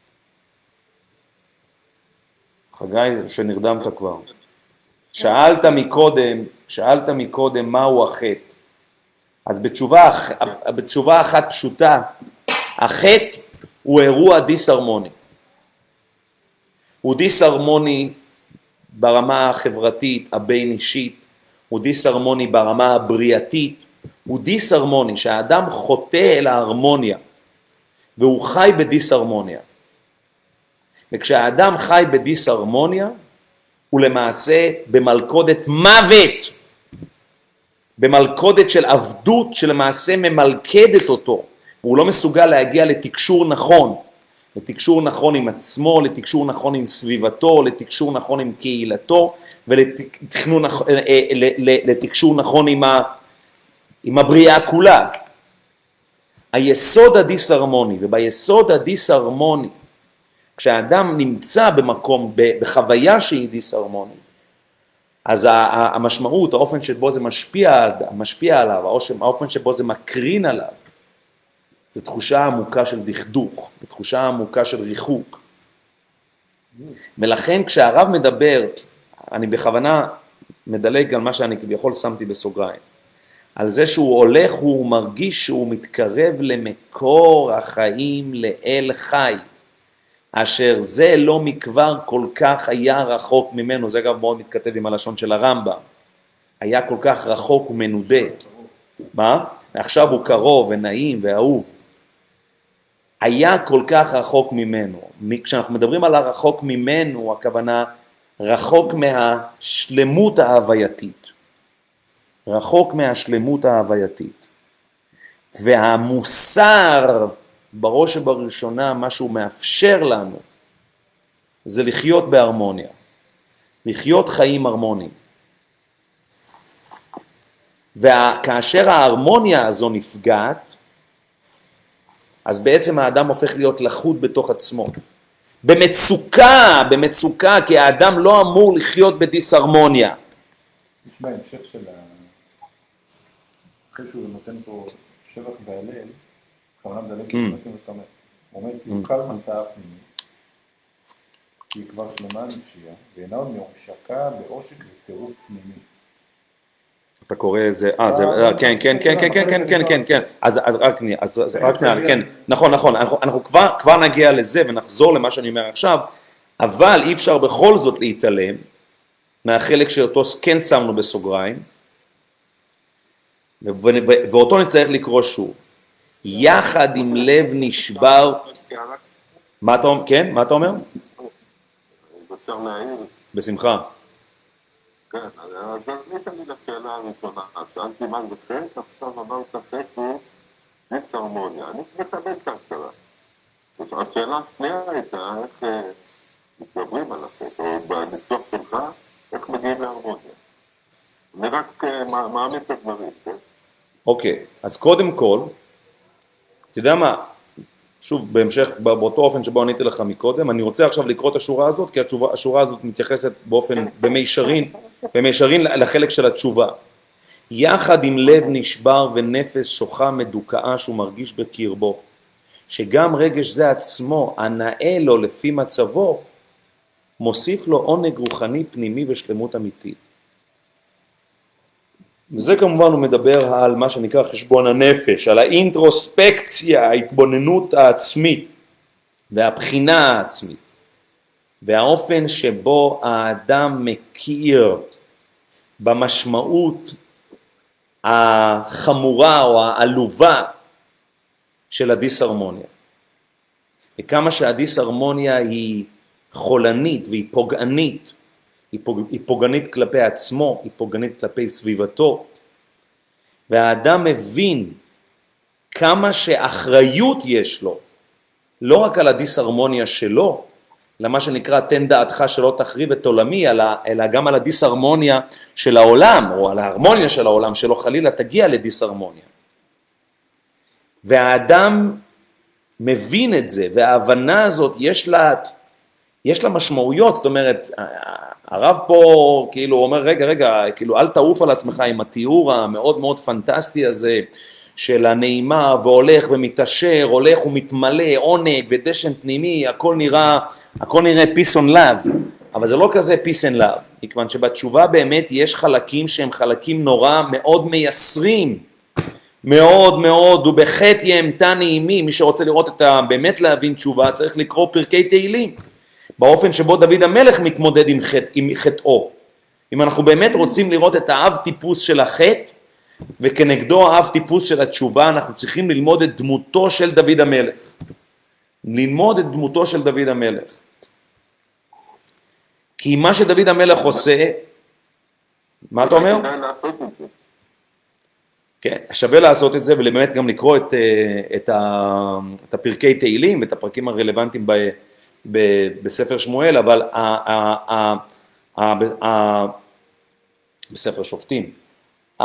חגי שנרדמת כבר. שאלת מקודם, שאלת מקודם מהו החטא. אז בתשובה, בתשובה אחת פשוטה, החטא הוא אירוע דיסהרמוני. הוא דיסהרמוני ברמה החברתית, הבין אישית, הוא דיסהרמוני ברמה הבריאתית, הוא דיסהרמוני, שהאדם חוטא אל ההרמוניה, והוא חי בדיסהרמוניה. וכשהאדם חי בדיסהרמוניה, הוא למעשה במלכודת מוות, במלכודת של עבדות שלמעשה ממלכדת אותו, והוא לא מסוגל להגיע לתקשור נכון, לתקשור נכון עם עצמו, לתקשור נכון עם סביבתו, לתקשור נכון עם קהילתו, ולתקשור נכון עם, ה, עם הבריאה כולה. היסוד הדיסהרמוני, וביסוד הדיסהרמוני, כשהאדם נמצא במקום, בחוויה שהיא דיסהרמונית, אז המשמעות, האופן שבו זה משפיע, משפיע עליו, האופן שבו זה מקרין עליו, זו תחושה עמוקה של דכדוך, תחושה עמוקה של ריחוק. ולכן כשהרב מדבר, אני בכוונה מדלג על מה שאני כביכול שמתי בסוגריים, על זה שהוא הולך, הוא מרגיש שהוא מתקרב למקור החיים לאל חי, אשר זה לא מכבר כל כך היה רחוק ממנו, זה אגב מאוד מתכתב עם הלשון של הרמב"ם, היה כל כך רחוק ומנודה. מה? עכשיו הוא קרוב ונעים ואהוב. היה כל כך רחוק ממנו. כשאנחנו מדברים על הרחוק ממנו, הכוונה רחוק מהשלמות ההווייתית. רחוק מהשלמות ההווייתית. והמוסר, בראש ובראשונה, מה שהוא מאפשר לנו, זה לחיות בהרמוניה. לחיות חיים הרמוניים. וכאשר ההרמוניה הזו נפגעת, אז בעצם האדם הופך להיות לחוד בתוך עצמו. במצוקה, במצוקה, כי האדם לא אמור לחיות בדיסהרמוניה. יש בהמשך של ה... אחרי שהוא נותן פה שבח והלל, כמובן מדלג כשנתים ושתאמר, הוא אומר, תלוקל מסע הפנימי, כי היא כבר שלמה נפשייה, ואינה עוד מרושקה בעושק וטירוף פנימי. אתה קורא איזה, אה, זה, כן, כן, כן, כן, כן, כן, כן, כן, אז רק נהיה, אז רק נהיה, כן, נכון, נכון, אנחנו כבר נגיע לזה ונחזור למה שאני אומר עכשיו, אבל אי אפשר בכל זאת להתעלם מהחלק שאותו כן שמנו בסוגריים, ואותו נצטרך לקרוא שוב, יחד עם לב נשבר, מה אתה אומר, כן, מה אתה אומר? אפשר להעיר. בשמחה. כן, אז ענית לי לשאלה הראשונה, שאלתי מה זה חטא, עכשיו אמרת חטא הוא דיסהרמוניה, אני מקבל את ההגדרה. השאלה השנייה הייתה איך מתגברים על החטא, או בניסוח שלך, איך מגיעים להרמוניה. אני רק מאמין את הדברים, כן? אוקיי, אז קודם כל, אתה יודע מה, שוב בהמשך, באותו אופן שבו עניתי לך מקודם, אני רוצה עכשיו לקרוא את השורה הזאת, כי התשובה, השורה הזאת מתייחסת באופן במישרין, במישרין לחלק של התשובה. יחד עם לב נשבר ונפש שוחה מדוכאה שהוא מרגיש בקרבו, שגם רגש זה עצמו הנאה לו לפי מצבו, מוסיף לו עונג רוחני פנימי ושלמות אמיתית. וזה כמובן הוא מדבר על מה שנקרא חשבון הנפש, על האינטרוספקציה, ההתבוננות העצמית והבחינה העצמית, והאופן שבו האדם מכיר במשמעות החמורה או העלובה של הדיסהרמוניה. וכמה שהדיסהרמוניה היא חולנית והיא פוגענית, היא, פוג... היא פוגענית כלפי עצמו, היא פוגענית כלפי סביבתו, והאדם מבין כמה שאחריות יש לו, לא רק על הדיסהרמוניה שלו, אלא מה שנקרא תן דעתך שלא תחריב את עולמי, אלא, אלא גם על הדיסהרמוניה של העולם, או על ההרמוניה של העולם, שלא חלילה תגיע לדיסהרמוניה. והאדם מבין את זה, וההבנה הזאת יש לה, יש לה משמעויות, זאת אומרת, הרב פה כאילו אומר, רגע, רגע, כאילו אל תעוף על עצמך עם התיאור המאוד מאוד פנטסטי הזה, של הנעימה והולך ומתעשר, הולך ומתמלא, עונג ודשן פנימי, הכל נראה, הכל נראה peace on love, אבל זה לא כזה peace and love, מכיוון שבתשובה באמת יש חלקים שהם חלקים נורא מאוד מייסרים, מאוד מאוד, ובחטא יהמתה נעימים, מי שרוצה לראות את ה... באמת להבין תשובה, צריך לקרוא פרקי תהילים, באופן שבו דוד המלך מתמודד עם, חטא, עם חטאו. אם אנחנו באמת רוצים לראות את האב טיפוס של החטא, וכנגדו האב טיפוס של התשובה, אנחנו צריכים ללמוד את דמותו של דוד המלך. ללמוד את דמותו של דוד המלך. כי מה שדוד המלך עושה, מה אתה אומר? כדאי לעשות את זה. כן, שווה לעשות את זה, ובאמת גם לקרוא את, את, ה, את הפרקי תהילים, ואת הפרקים הרלוונטיים ב, ב, בספר שמואל, אבל ה, ה, ה, ה, ה, בספר שופטים. ה,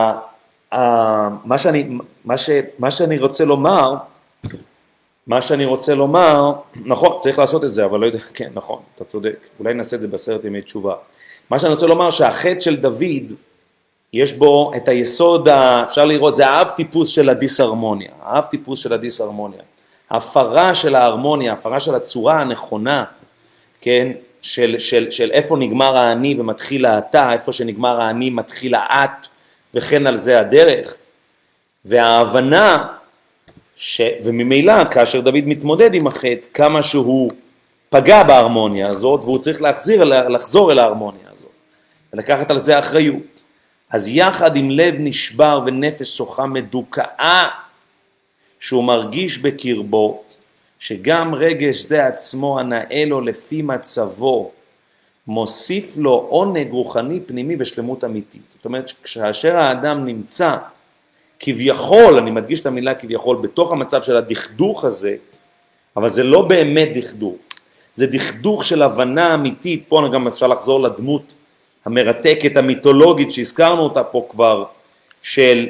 ה, מה, שאני, מה, ש, מה שאני רוצה לומר, מה שאני רוצה לומר, נכון, צריך לעשות את זה, אבל לא יודע, כן, נכון, אתה צודק, אולי נעשה את זה בעשרת ימי תשובה. מה שאני רוצה לומר, שהחטא של דוד, יש בו את היסוד, אפשר לראות, זה האב טיפוס של הדיסהרמוניה, האב טיפוס של הדיסהרמוניה, ההפרה של ההרמוניה, ההפרה של הצורה הנכונה, כן, של, של, של איפה נגמר האני ומתחיל האתה, איפה שנגמר האני מתחיל האט, וכן על זה הדרך, וההבנה, ש... וממילא כאשר דוד מתמודד עם החטא, כמה שהוא פגע בהרמוניה הזאת, והוא צריך להחזיר, לחזור אל ההרמוניה הזאת, ולקחת על זה אחריות. אז יחד עם לב נשבר ונפש שוחה מדוכאה, שהוא מרגיש בקרבו, שגם רגש זה עצמו הנאה לו לפי מצבו, מוסיף לו עונג רוחני פנימי ושלמות אמיתית. זאת אומרת, כאשר האדם נמצא כביכול, אני מדגיש את המילה כביכול, בתוך המצב של הדכדוך הזה, אבל זה לא באמת דכדוך, זה דכדוך של הבנה אמיתית. פה גם אפשר לחזור לדמות המרתקת, המיתולוגית, שהזכרנו אותה פה כבר, של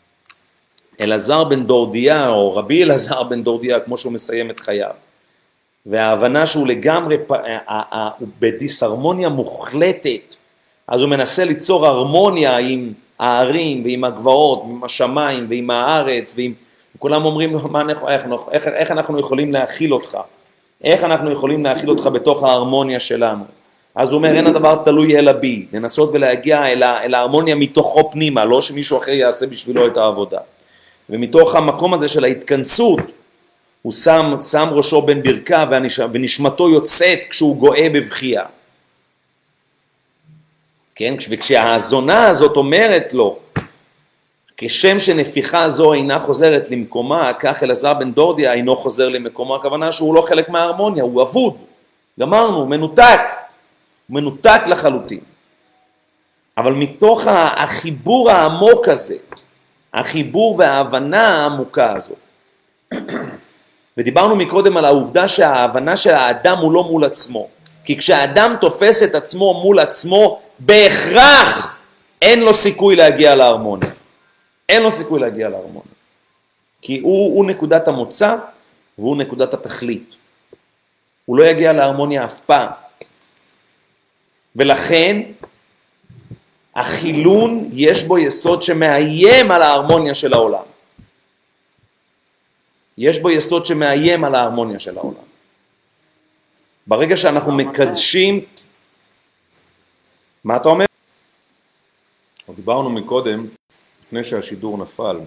אלעזר בן דורדיה, או רבי אלעזר בן דורדיה, כמו שהוא מסיים את חייו. וההבנה שהוא לגמרי, הוא בדיסהרמוניה מוחלטת, אז הוא מנסה ליצור הרמוניה עם הערים ועם הגבעות, ועם השמיים ועם הארץ, ועם... כולם אומרים לו, מה אנחנו, איך, איך, איך אנחנו יכולים להכיל אותך? איך אנחנו יכולים להכיל אותך בתוך ההרמוניה שלנו? אז הוא אומר, אין הדבר תלוי אלא בי, לנסות ולהגיע אל, אל ההרמוניה מתוכו פנימה, לא שמישהו אחר יעשה בשבילו את העבודה. ומתוך המקום הזה של ההתכנסות, הוא שם, שם ראשו בין ברכה ונשמתו יוצאת כשהוא גואה בבכייה. כן? וכשהזונה הזאת אומרת לו, כשם שנפיחה זו אינה חוזרת למקומה, כך אלעזר בן דורדיה אינו חוזר למקומו, הכוונה שהוא לא חלק מההרמוניה, הוא אבוד, גמרנו, הוא מנותק, הוא מנותק לחלוטין. אבל מתוך החיבור העמוק הזה, החיבור וההבנה העמוקה הזאת, ודיברנו מקודם על העובדה שההבנה של האדם הוא לא מול עצמו, כי כשהאדם תופס את עצמו מול עצמו, בהכרח אין לו סיכוי להגיע להרמוניה. אין לו סיכוי להגיע להרמוניה. כי הוא, הוא נקודת המוצא והוא נקודת התכלית. הוא לא יגיע להרמוניה אף פעם. ולכן החילון יש בו יסוד שמאיים על ההרמוניה של העולם. יש בו יסוד שמאיים על ההרמוניה של העולם. ברגע שאנחנו מקדשים, מה אתה אומר? דיברנו מקודם, לפני שהשידור נפל,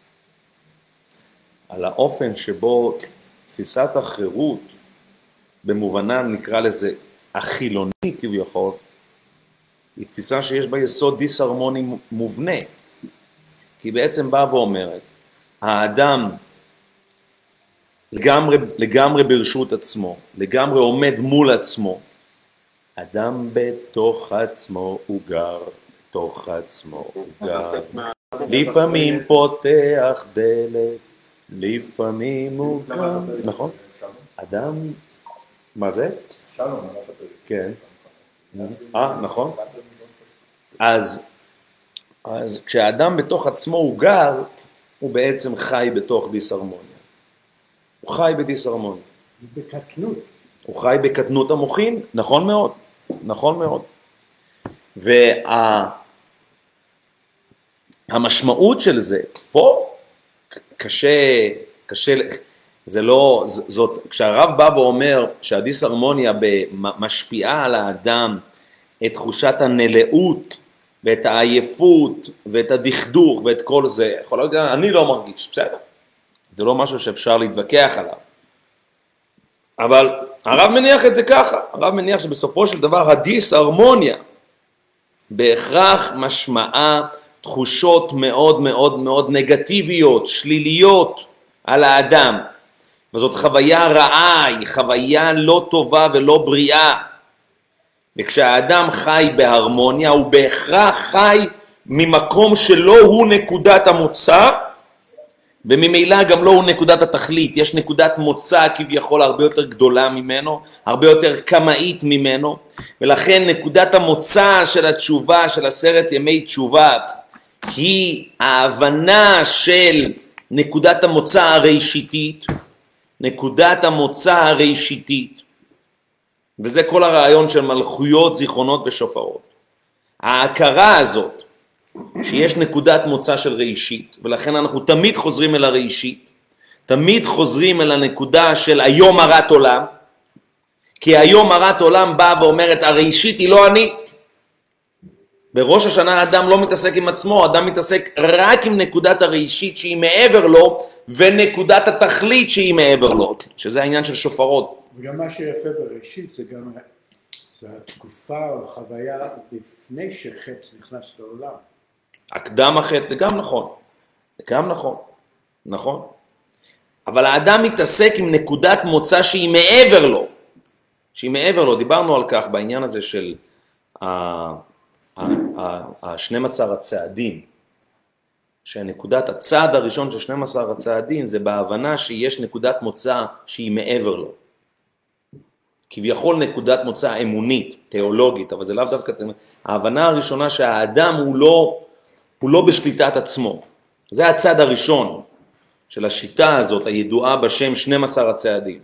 על האופן שבו תפיסת החירות, במובנה נקרא לזה החילוני כביכול, היא תפיסה שיש בה יסוד דיסהרמוני מובנה, כי בעצם באה ואומרת, האדם לגמרי, לגמרי ברשות עצמו, לגמרי עומד מול עצמו, אדם בתוך עצמו הוא גר, בתוך עצמו הוא גר, לפעמים פותח דלת, לפעמים הוא גר, נכון? אדם, מה זה? שלום, כן. אה, נכון? אז, אז כשהאדם בתוך עצמו הוא גר, הוא בעצם חי בתוך דיסהרמוניה. הוא חי בדיסהרמוניה. בקטנות. הוא חי בקטנות המוחין, נכון מאוד, נכון מאוד. והמשמעות של זה, פה קשה, קשה, זה לא, זאת, כשהרב בא ואומר שהדיסהרמוניה משפיעה על האדם את תחושת הנלאות ואת העייפות ואת הדכדוך ואת כל זה, יכול להגיד, אני לא מרגיש, בסדר? זה לא משהו שאפשר להתווכח עליו. אבל הרב מניח את זה ככה, הרב מניח שבסופו של דבר הדיסהרמוניה בהכרח משמעה תחושות מאוד מאוד מאוד נגטיביות, שליליות על האדם. וזאת חוויה רעה, היא חוויה לא טובה ולא בריאה. וכשהאדם חי בהרמוניה, הוא בהכרח חי ממקום שלא הוא נקודת המוצא, וממילא גם לא הוא נקודת התכלית. יש נקודת מוצא כביכול הרבה יותר גדולה ממנו, הרבה יותר קמאית ממנו, ולכן נקודת המוצא של התשובה, של עשרת ימי תשובה, היא ההבנה של נקודת המוצא הראשיתית, נקודת המוצא הראשיתית, וזה כל הרעיון של מלכויות, זיכרונות ושופרות. ההכרה הזאת, שיש נקודת מוצא של ראשית, ולכן אנחנו תמיד חוזרים אל הראשית, תמיד חוזרים אל הנקודה של היום הרת עולם, כי היום הרת עולם באה ואומרת, הראשית היא לא אני. בראש השנה האדם לא מתעסק עם עצמו, האדם מתעסק רק עם נקודת הראשית שהיא מעבר לו, ונקודת התכלית שהיא מעבר לו, שזה העניין של שופרות. וגם מה שיפה בראשית זה גם, זה התקופה או החוויה לפני שחטא נכנס לעולם. הקדם החטא, זה גם נכון, זה גם נכון, נכון. אבל האדם מתעסק עם נקודת מוצא שהיא מעבר לו, שהיא מעבר לו, דיברנו על כך בעניין הזה של ה-שנים עשר הצעדים, שנקודת הצעד הראשון של שנים עשר הצעדים זה בהבנה שיש נקודת מוצא שהיא מעבר לו. כביכול נקודת מוצא אמונית, תיאולוגית, אבל זה לאו דווקא, ההבנה הראשונה שהאדם הוא לא, הוא לא בשליטת עצמו. זה הצעד הראשון של השיטה הזאת, הידועה בשם שנים עשר הצעדים.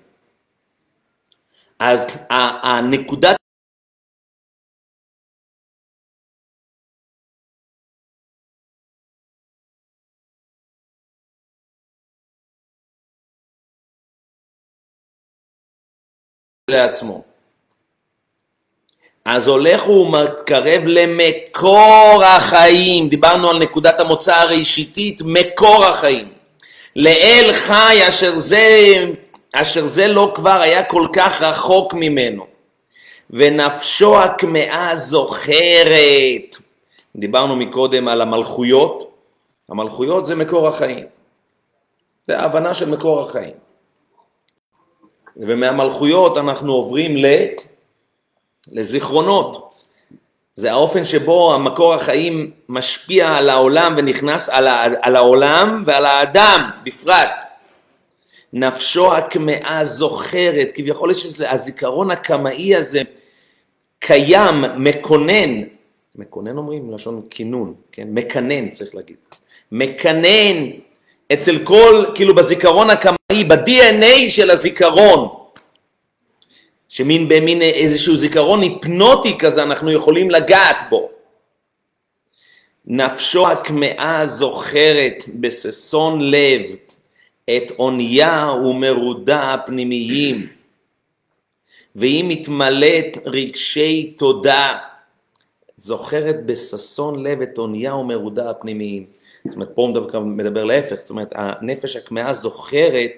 אז הנקודת לעצמו. אז הולך ומתקרב למקור החיים, דיברנו על נקודת המוצא הראשיתית, מקור החיים. לאל חי אשר זה, אשר זה לא כבר היה כל כך רחוק ממנו. ונפשו הכמאה זוכרת. דיברנו מקודם על המלכויות. המלכויות זה מקור החיים. זה ההבנה של מקור החיים. ומהמלכויות אנחנו עוברים ל... לזיכרונות. זה האופן שבו המקור החיים משפיע על העולם ונכנס על, ה... על העולם ועל האדם בפרט. נפשו הכמאה זוכרת, כביכול שהזיכרון הקמאי הזה קיים, מקונן, מקונן אומרים לשון כינון, כן? מקנן צריך להגיד, מקנן אצל כל, כאילו בזיכרון הקמאי, ב-די אן איי של הזיכרון, שמין במין איזשהו זיכרון היפנוטי כזה אנחנו יכולים לגעת בו. נפשו הכמאה זוכרת בששון לב את עוניה ומרודה הפנימיים, והיא מתמלאת רגשי תודה. זוכרת בששון לב את עוניה ומרודה הפנימיים. זאת אומרת, פה הוא מדבר, מדבר להפך, זאת אומרת, הנפש הכמאה זוכרת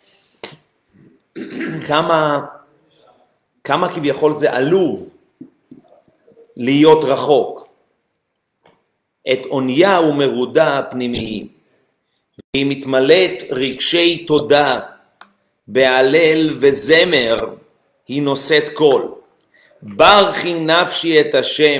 כמה, כמה כביכול זה עלוב להיות רחוק. את עוניה ומרודה הפנימיים. והיא מתמלאת רגשי תודה, בהלל וזמר היא נושאת קול. ברכי נפשי את השם.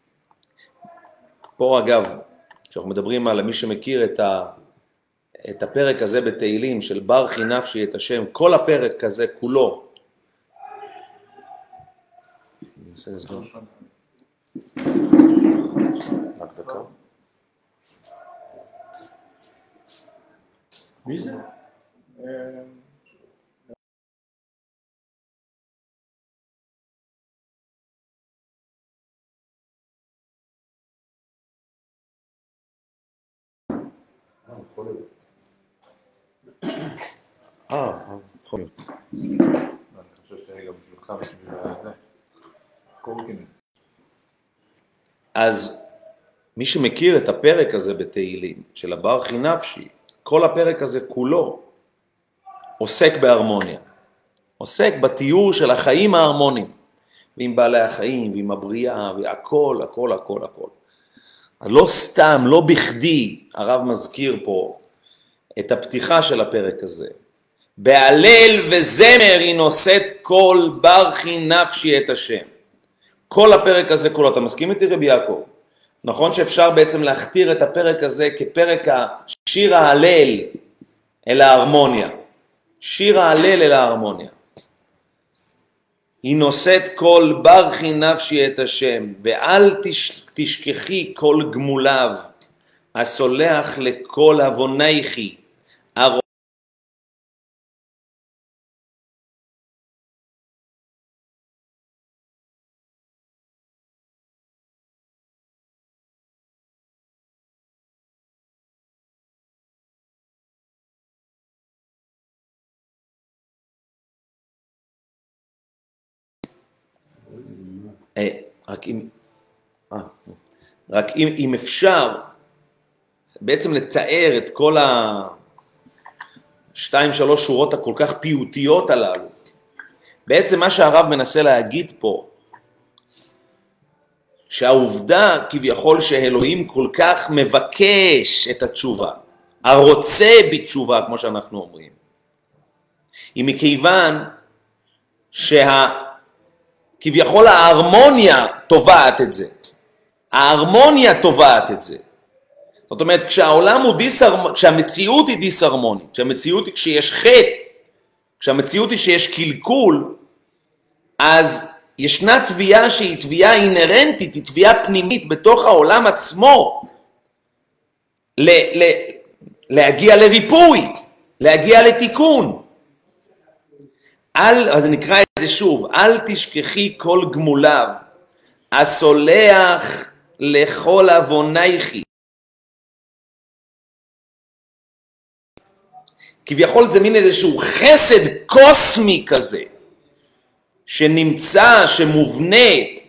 פה אגב, כשאנחנו מדברים על מי שמכיר את, ה, את הפרק הזה בתהילים של ברכי נפשי את השם, כל הפרק הזה כולו. אני אנסה לסגור. רק דקה. מי זה? אה, יכול להיות. אני חושב שתהיה גם בשבילך בשביל זה. קורקינט. אז מי שמכיר את הפרק הזה בתהילים של הברכי נפשי, כל הפרק הזה כולו עוסק בהרמוניה. עוסק בתיאור של החיים ההרמוניים, ועם בעלי החיים, ועם הבריאה, והכל, הכל, הכל, הכל. אז לא סתם, לא בכדי, הרב מזכיר פה את הפתיחה של הפרק הזה. בהלל וזמר היא נושאת כל ברכי נפשי את השם. כל הפרק הזה כולו, אתה מסכים איתי רבי יעקב? נכון שאפשר בעצם להכתיר את הפרק הזה כפרק השיר ההלל אל ההרמוניה. שיר ההלל אל ההרמוניה. היא נושאת כל ברכי נפשי את השם, ואל תשכחי כל גמוליו, הסולח לכל עוונייכי. רק אם, אה, רק אם, אם אפשר בעצם לתאר את כל השתיים שלוש שורות הכל כך פיוטיות הללו, בעצם מה שהרב מנסה להגיד פה, שהעובדה כביכול שאלוהים כל כך מבקש את התשובה, הרוצה בתשובה כמו שאנחנו אומרים, היא מכיוון שה... כביכול ההרמוניה תובעת את זה. ההרמוניה תובעת את זה. זאת אומרת, כשהעולם הוא דיסהרמוני, כשהמציאות היא דיסהרמונית, כשהמציאות היא כשיש חטא, כשהמציאות היא שיש קלקול, אז ישנה תביעה שהיא תביעה אינרנטית, היא תביעה פנימית בתוך העולם עצמו, ל- ל- להגיע לריפוי, להגיע לתיקון. אל, אז נקרא את זה שוב, אל תשכחי כל גמוליו, הסולח לכל עוונייכי. כביכול זה מין איזשהו חסד קוסמי כזה, שנמצא, שמובנה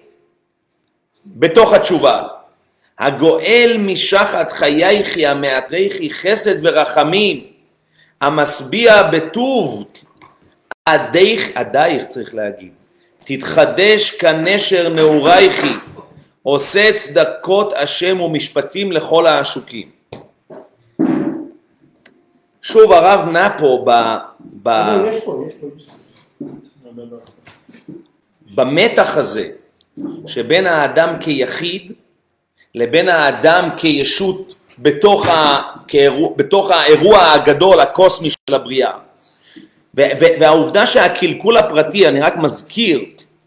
בתוך התשובה. הגואל משחת חייכי, המעטריכי חסד ורחמים, המשביע בטוב, עדייך, עדייך צריך להגיד, תתחדש כנשר נעורייכי, עושה צדקות השם ומשפטים לכל העשוקים. שוב הרב נע פה ב, ב, יש פה, יש פה, יש פה. במתח הזה, שבין האדם כיחיד, לבין האדם כישות בתוך, ה, כאירוע, בתוך האירוע הגדול, הקוסמי של הבריאה. והעובדה שהקלקול הפרטי, אני רק מזכיר,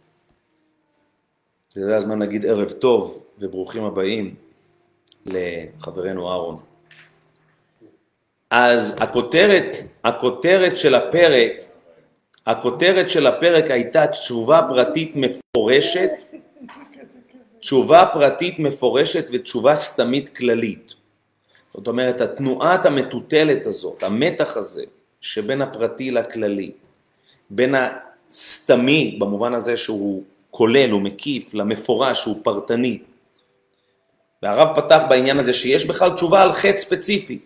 זה הזמן להגיד ערב טוב וברוכים הבאים לחברנו אהרון. אז הכותרת, הכותרת של הפרק, הכותרת של הפרק הייתה תשובה פרטית מפורשת, תשובה פרטית מפורשת ותשובה סתמית כללית. זאת אומרת, התנועת המטוטלת הזאת, המתח הזה, שבין הפרטי לכללי, בין הסתמי, במובן הזה שהוא כולל, הוא מקיף, למפורש, שהוא פרטני. והרב פתח בעניין הזה שיש בכלל תשובה על חטא ספציפי.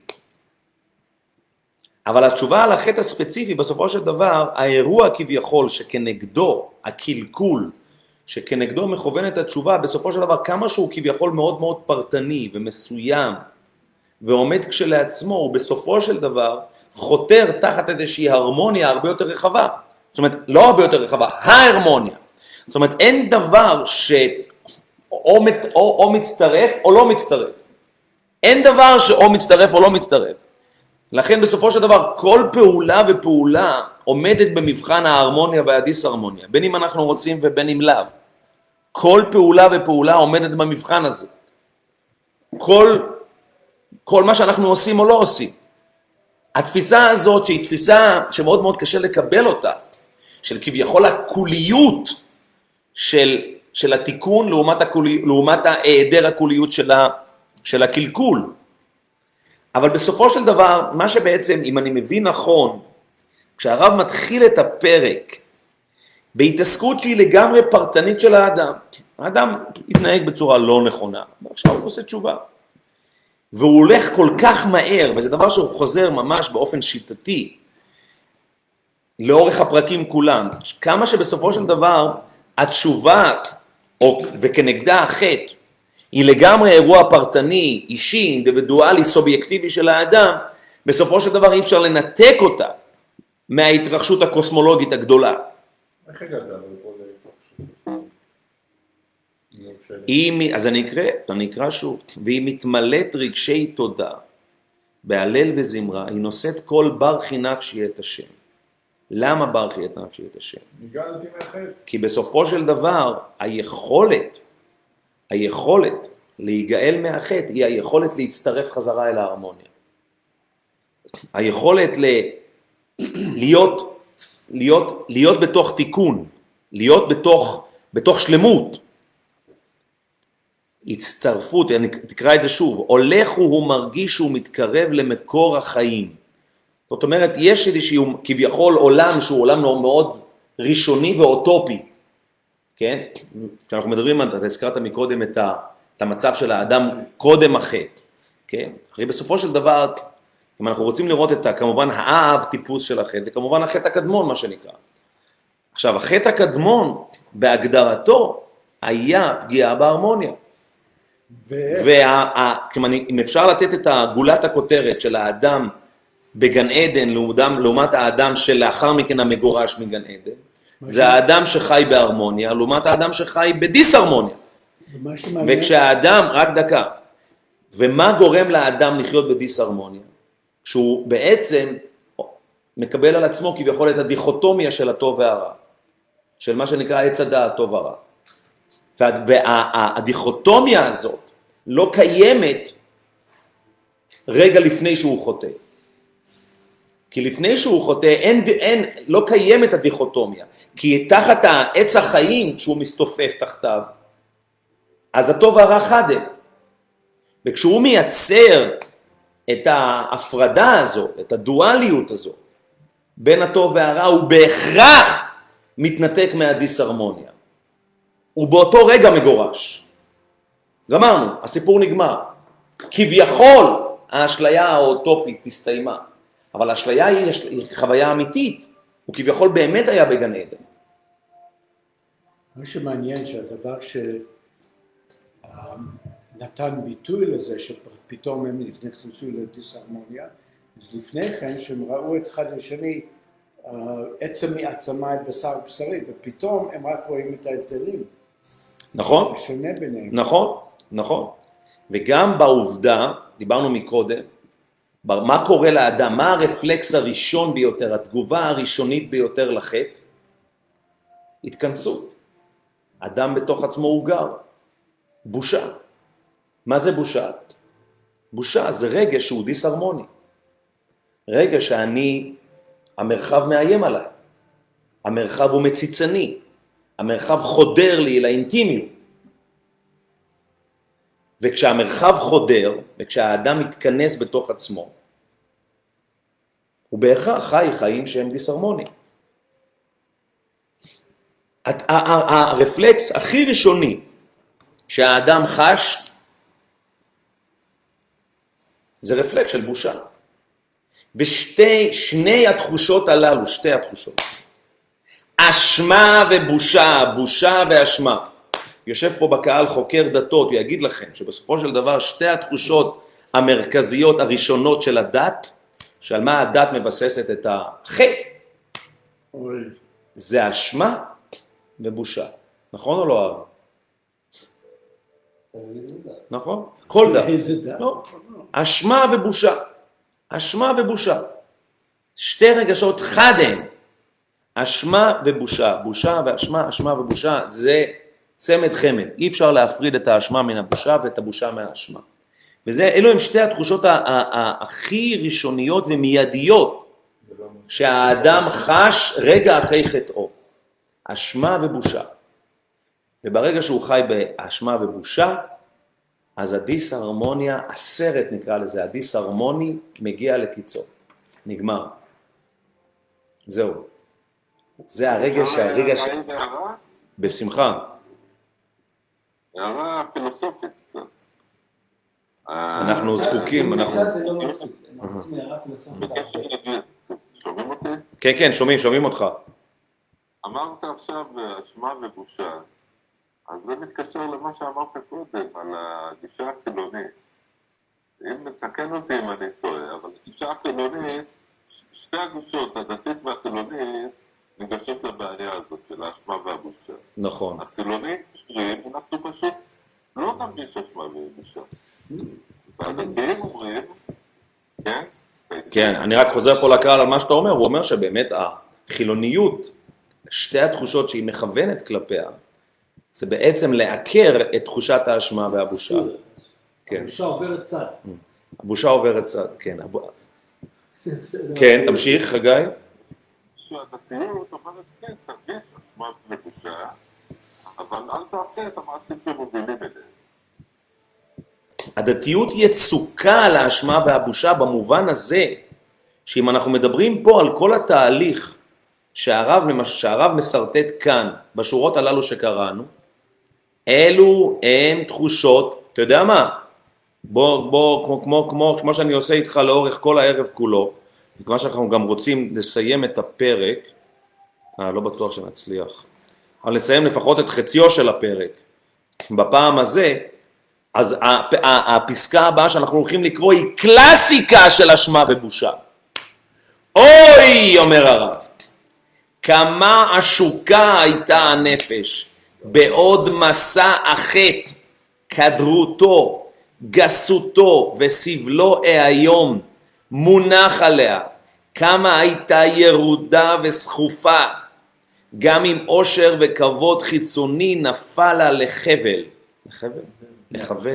אבל התשובה על החטא הספציפי, בסופו של דבר, האירוע כביכול שכנגדו, הקלקול, שכנגדו מכוונת התשובה, בסופו של דבר, כמה שהוא כביכול מאוד מאוד פרטני ומסוים, ועומד כשלעצמו, הוא בסופו של דבר חותר תחת איזושהי הרמוניה הרבה יותר רחבה. זאת אומרת, לא הרבה יותר רחבה, ההרמוניה. זאת אומרת, אין דבר ש... או, או, או מצטרף או לא מצטרף. אין דבר שאו מצטרף או לא מצטרף. לכן בסופו של דבר כל פעולה ופעולה עומדת במבחן ההרמוניה והדיסהרמוניה, בין אם אנחנו רוצים ובין אם לאו. כל פעולה ופעולה עומדת במבחן הזה. כל, כל מה שאנחנו עושים או לא עושים. התפיסה הזאת שהיא תפיסה שמאוד מאוד קשה לקבל אותה, של כביכול הקוליות של, של התיקון לעומת, הקולי, לעומת ההיעדר הקוליות של, ה, של הקלקול. אבל בסופו של דבר, מה שבעצם, אם אני מבין נכון, כשהרב מתחיל את הפרק, בהתעסקות שהיא לגמרי פרטנית של האדם, האדם התנהג בצורה לא נכונה, ועכשיו הוא עושה תשובה. והוא הולך כל כך מהר, וזה דבר שהוא חוזר ממש באופן שיטתי, לאורך הפרקים כולם, כמה שבסופו של דבר, התשובה, או, וכנגדה החטא, היא לגמרי אירוע פרטני, אישי, אינדיבידואלי, סובייקטיבי של האדם, בסופו של דבר אי אפשר לנתק אותה מההתרחשות הקוסמולוגית הגדולה. איך הגעת לפה להתרחשות? אז אני אקרא, אני אקרא שוב, והיא מתמלאת רגשי תודה, בהלל וזמרה, היא נושאת כל ברכי נפשי את השם. למה ברכי את נפשי את השם? ניגלתי מהחטא. כי בסופו של דבר, היכולת, היכולת להיגאל מהחטא היא היכולת להצטרף חזרה אל ההרמוניה. היכולת ל... להיות, להיות, להיות בתוך תיקון, להיות בתוך, בתוך שלמות. הצטרפות, אני תקרא את זה שוב, הולך הוא מרגיש שהוא מתקרב למקור החיים. זאת אומרת, יש איזשהו כביכול עולם שהוא עולם מאוד ראשוני ואוטופי. כן? כשאנחנו מדברים, אתה הזכרת מקודם את, ה, את המצב של האדם קודם החטא. כן? אחרי בסופו של דבר, אם אנחנו רוצים לראות את, כמובן, האב טיפוס של החטא, זה כמובן החטא הקדמון, מה שנקרא. עכשיו, החטא הקדמון, בהגדרתו, היה פגיעה בהרמוניה. ואם אפשר לתת את הגולת הכותרת של האדם בגן עדן, לעומת האדם שלאחר מכן המגורש מגן עדן, זה האדם שחי בהרמוניה, לעומת האדם שחי בדיסהרמוניה. וכשהאדם, רק דקה, ומה גורם לאדם לחיות בדיסהרמוניה? שהוא בעצם מקבל על עצמו כביכול את הדיכוטומיה של הטוב והרע, של מה שנקרא עץ הדעת טוב ורע. והדיכוטומיה הזאת לא קיימת רגע לפני שהוא חוטא. כי לפני שהוא חוטא אין, אין, לא קיימת הדיכוטומיה. כי תחת העץ החיים שהוא מסתופף תחתיו, אז הטוב והרע חד הם. וכשהוא מייצר את ההפרדה הזו, את הדואליות הזו, בין הטוב והרע, הוא בהכרח מתנתק מהדיסהרמוניה. הוא באותו רגע מגורש. גמרנו, הסיפור נגמר. כביכול האשליה האוטופית תסתיימה, אבל האשליה היא, היא חוויה אמיתית, הוא כביכול באמת היה בגן עדן. מה שמעניין שהדבר שנתן ביטוי לזה שפתאום הם נכנסו לדיסהרמוניה, אז לפני כן שהם ראו את אחד השני, עצם מעצמה את בשר בשרי, ופתאום הם רק רואים את ההבדלים. נכון? שונה ביניהם. נכון, נכון. וגם בעובדה, דיברנו מקודם, מה קורה לאדם, מה הרפלקס הראשון ביותר, התגובה הראשונית ביותר לחטא? התכנסות. אדם בתוך עצמו הוא גר. בושה. מה זה בושה? בושה זה רגע שהוא דיסהרמוני. רגע שאני, המרחב מאיים עליי. המרחב הוא מציצני. המרחב חודר לי לאינטימיות. וכשהמרחב חודר, וכשהאדם מתכנס בתוך עצמו, הוא בהכרח חי חיים שהם דיסהרמוניים. הרפלקס הכי ראשוני שהאדם חש, זה רפלקס של בושה. ושתי, שני התחושות הללו, שתי התחושות, אשמה ובושה, בושה ואשמה. יושב פה בקהל חוקר דתות, הוא יגיד לכם שבסופו של דבר שתי התחושות המרכזיות הראשונות של הדת, שעל מה הדת מבססת את החטא, זה אשמה ובושה. נכון או לא אהב? נכון? כל דת. לא. אשמה ובושה. אשמה ובושה. שתי רגשות חד הם. אשמה ובושה. בושה ואשמה, אשמה ובושה, זה צמד חמד. אי אפשר להפריד את האשמה מן הבושה ואת הבושה מהאשמה. וזה, אלו הם שתי התחושות הכי ראשוניות ומיידיות שהאדם חש רגע אחרי חטאו. אשמה ובושה. וברגע שהוא חי באשמה ובושה, אז הדיסהרמוניה, הסרט נקרא לזה, הדיסהרמוני מגיע לקיצו. נגמר. זהו. זה הרגע שהרגע ש... בשמחה. הערה פילוסופית קצת. אנחנו זקוקים, אנחנו... זה לא מספיק, אנחנו רוצים הערה פילוסופית. שומעים אותי? כן, כן, שומעים, שומעים אותך. אמרת עכשיו אשמה ובושה, אז זה מתקשר למה שאמרת קודם, על הגישה החילונית. אם תקן אותי אם אני טועה, אבל הגישה החילונית, שתי הגישות, הדתית והחילונית, ניגשות לבעיה הזאת של האשמה והבושה. נכון. החילונית אומרים, אנחנו פשוט לא נרגיש אשמה ובושה. והדתיים אומרים, כן? כן, אני רק חוזר פה לקהל על מה שאתה אומר, הוא אומר שבאמת החילוניות, שתי התחושות שהיא מכוונת כלפיה, זה בעצם לעקר את תחושת האשמה והבושה. כן. הבושה עוברת צד. הבושה עוברת צד, כן. כן, תמשיך, חגי. שהדתיות אומרת, כן, תרגיש אשמה ובושה, אבל אל תעשה את המעשים שמובילים אליהם. הדתיות יצוקה על האשמה והבושה במובן הזה, שאם אנחנו מדברים פה על כל התהליך שהרב, שהרב מסרטט כאן, בשורות הללו שקראנו, אלו הם תחושות, אתה יודע מה? בוא, בוא, כמו, כמו, כמו, כמו שאני עושה איתך לאורך כל הערב כולו, וכמה שאנחנו גם רוצים לסיים את הפרק, אה, לא בטוח שנצליח, אבל לסיים לפחות את חציו של הפרק, בפעם הזה, אז הפסקה הבאה שאנחנו הולכים לקרוא היא קלאסיקה של אשמה ובושה. אוי, אומר הרב, כמה עשוקה הייתה הנפש, בעוד מסע החטא, כדרותו, גסותו וסבלו היום מונח עליה, כמה הייתה ירודה וסחופה, גם עם עושר וכבוד חיצוני נפל לה לחבל. לחבל? לחבל.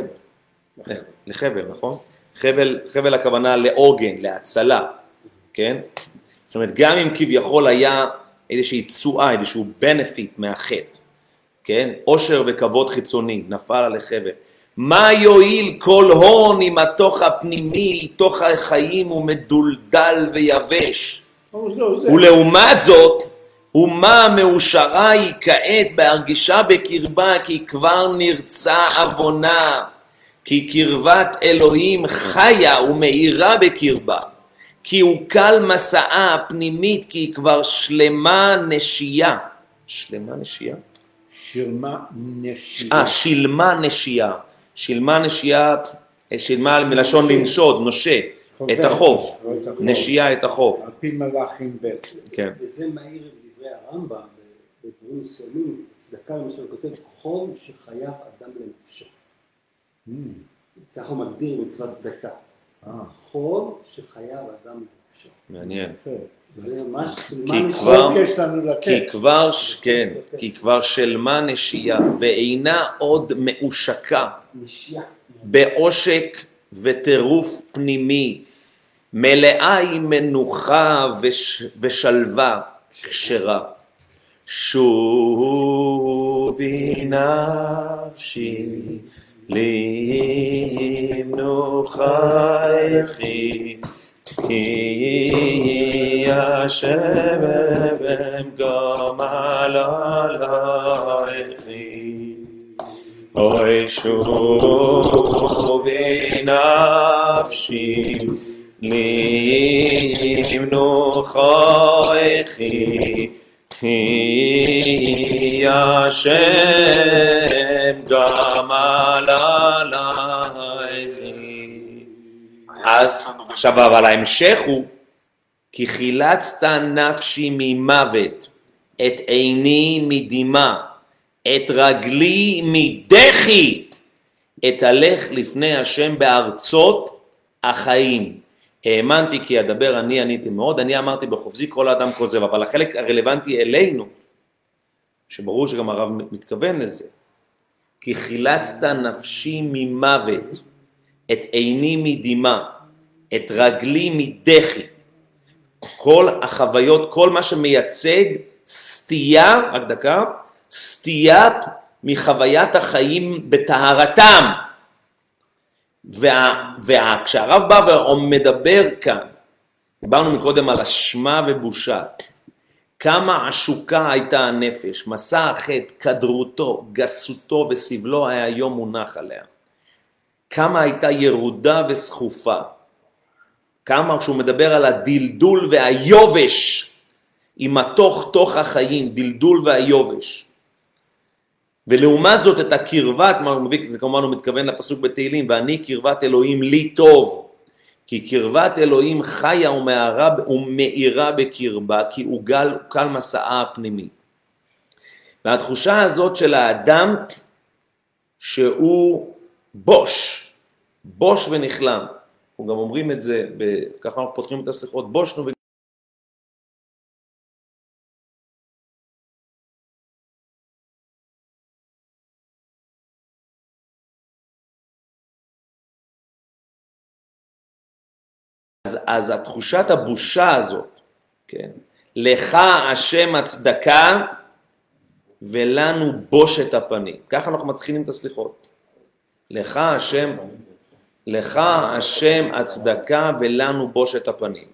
לחבל, נכון? חבל, חבל הכוונה לעוגן, להצלה, כן? זאת אומרת, גם אם כביכול היה איזושהי תשואה, איזשהו benefit מהחטא, כן? עושר וכבוד חיצוני, נפל לה לחבל. מה יועיל כל הון אם התוך הפנימי, תוך החיים הוא מדולדל ויבש? ולעומת זאת, ומה מאושרה היא כעת בהרגישה בקרבה כי כבר נרצה אבונה, כי קרבת אלוהים חיה ומאירה בקרבה, כי הוא קל מסעה הפנימית כי היא כבר שלמה נשייה. שלמה נשייה? שילמה נשייה. אה, שילמה נשייה. שילמה נשייה, שילמה מלשון לנשוד, נושה, את החוב. נשייה את החוב. על פי מלאכים ב'. כן. וזה מהיר דברי הרמב"ם, בדברים מסוימים, צדקה למשל כותב, חוב שחייב אדם לנפשו. ככה הוא מגדיר מצוות צדקה. חוב שחייב אדם לנפשו. מעניין. זה ממש... כי כבר, יש לנו לתת. כי כבר, כן, כי כבר שלמה נשייה, ואינה עוד מאושקה, נשייה. בעושק וטירוף פנימי, מלאה היא מנוחה וש, ושלווה כשרה. שובי נפשי לי מנוחייכי, כי השם גמל עלייכי. אוי שובי נפשי, לי מנוחייכי, כי השם גמל עלייכי. אז עכשיו אבל ההמשך הוא, כי חילצת נפשי ממוות, את עיני מדמעה, את רגלי מדחי, אתהלך לפני השם בארצות החיים. האמנתי כי אדבר אני עניתי מאוד, אני אמרתי בחופזי כל האדם כוזב, אבל החלק הרלוונטי אלינו, שברור שגם הרב מתכוון לזה, כי חילצת נפשי ממוות, את עיני מדמעה, את רגלי מדחי, כל החוויות, כל מה שמייצג סטייה, רק דקה, סטייה מחוויית החיים בטהרתם. וכשהרב בא ומדבר כאן, דיברנו מקודם על אשמה ובושה, כמה עשוקה הייתה הנפש, מסע החטא, כדרותו, גסותו וסבלו היה היום מונח עליה. כמה הייתה ירודה וסחופה, כמה כשהוא מדבר על הדלדול והיובש, עם התוך תוך החיים, דלדול והיובש. ולעומת זאת את הקרבה, זה כמובן הוא מתכוון לפסוק בתהילים, ואני קרבת אלוהים לי טוב, כי קרבת אלוהים חיה ומאירה, ומאירה בקרבה, כי הוא גל, קל מסעה הפנימי. והתחושה הזאת של האדם שהוא בוש, בוש ונכלם. אנחנו גם אומרים את זה, ככה אנחנו פותחים את הסליחות, בושנו ונכלם. אז, אז התחושת הבושה הזאת, כן, לך השם הצדקה ולנו בושת הפנים. ככה אנחנו מתחילים את הסליחות. לך השם, לך השם הצדקה ולנו בושת הפנים.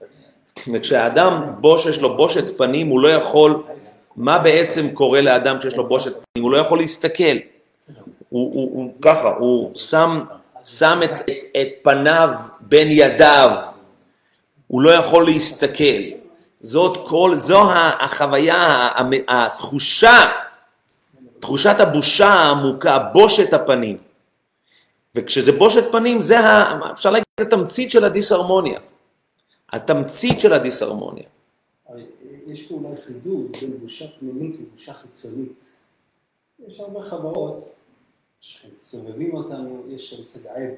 וכשהאדם בושש לו בושת פנים, הוא לא יכול, מה בעצם קורה לאדם שיש לו בושת פנים? הוא לא יכול להסתכל. הוא, הוא, הוא ככה, הוא שם, שם את, את, את פניו בין ידיו. הוא לא יכול להסתכל. זאת כל, זו החוויה, התחושה, תחושת הבושה העמוקה, בושת הפנים. וכשזה בושת פנים, זה, אפשר להגיד, התמצית של הדיסהרמוניה. התמצית של הדיסהרמוניה. יש פה אולי חידוד בין בושה פנימית ובושה חיצונית. יש הרבה חברות שסובבים אותנו, יש שם סגע עב.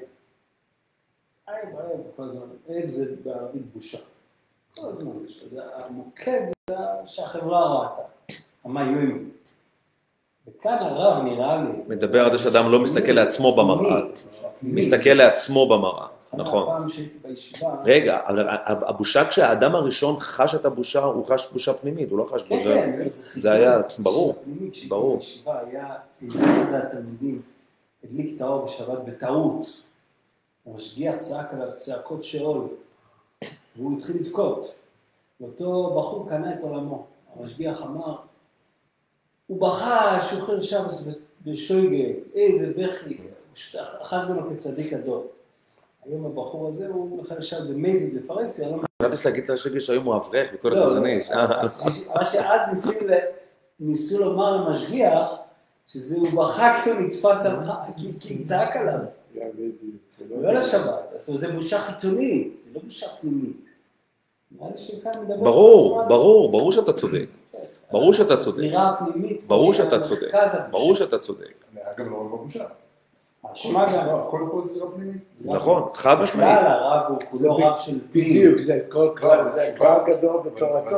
עב, עב, כל הזמן. עב זה בערבית בושה. כל הזמן יש. זה המוקד שהחברה ראתה. המיום. וכאן הרב נראה לי... מדבר על זה שאדם לא מסתכל לעצמו במראה. מסתכל לעצמו במראה. נכון. רגע, הבושה, כשהאדם הראשון חש את הבושה, הוא חש בושה פנימית, הוא לא חש בושה. זה היה ברור, ברור. בישיבה היה, אחד התלמידים הדליק את האור בשבת בטעות. המשגיח צעק עליו צעקות שאול, והוא התחיל לבכות. ואותו בחור קנה את עולמו. המשגיח אמר, הוא בכה שוחר שבס בשויגה, איזה בכי, אחז בנו כצדיק הדור. היום הבחור הזה הוא בכלל ישב במייזיד לפרנסיה, לא... חשבתי שתגיד לשויגה שהיום הוא אברך בכל החזניש. מה שאז ניסו לומר למשגיח, שזה הוא בכה כי הוא נתפס על... כי צעק עליו. לא לשבת, אז זה בושה חיצונית, זה לא בושה פנימית. ברור, ברור, ברור שאתה צודק. ברור שאתה צודק. זירה פנימית. ברור שאתה צודק. ברור שאתה צודק. אגב, לא רק בבושה. אשמה גם. כל פה זה זירה פנימית. נכון, חד משמעית. בכלל הרב הוא כולו רב של פנים. בדיוק, זה כל כלל, זה כלל גדול בתורתו.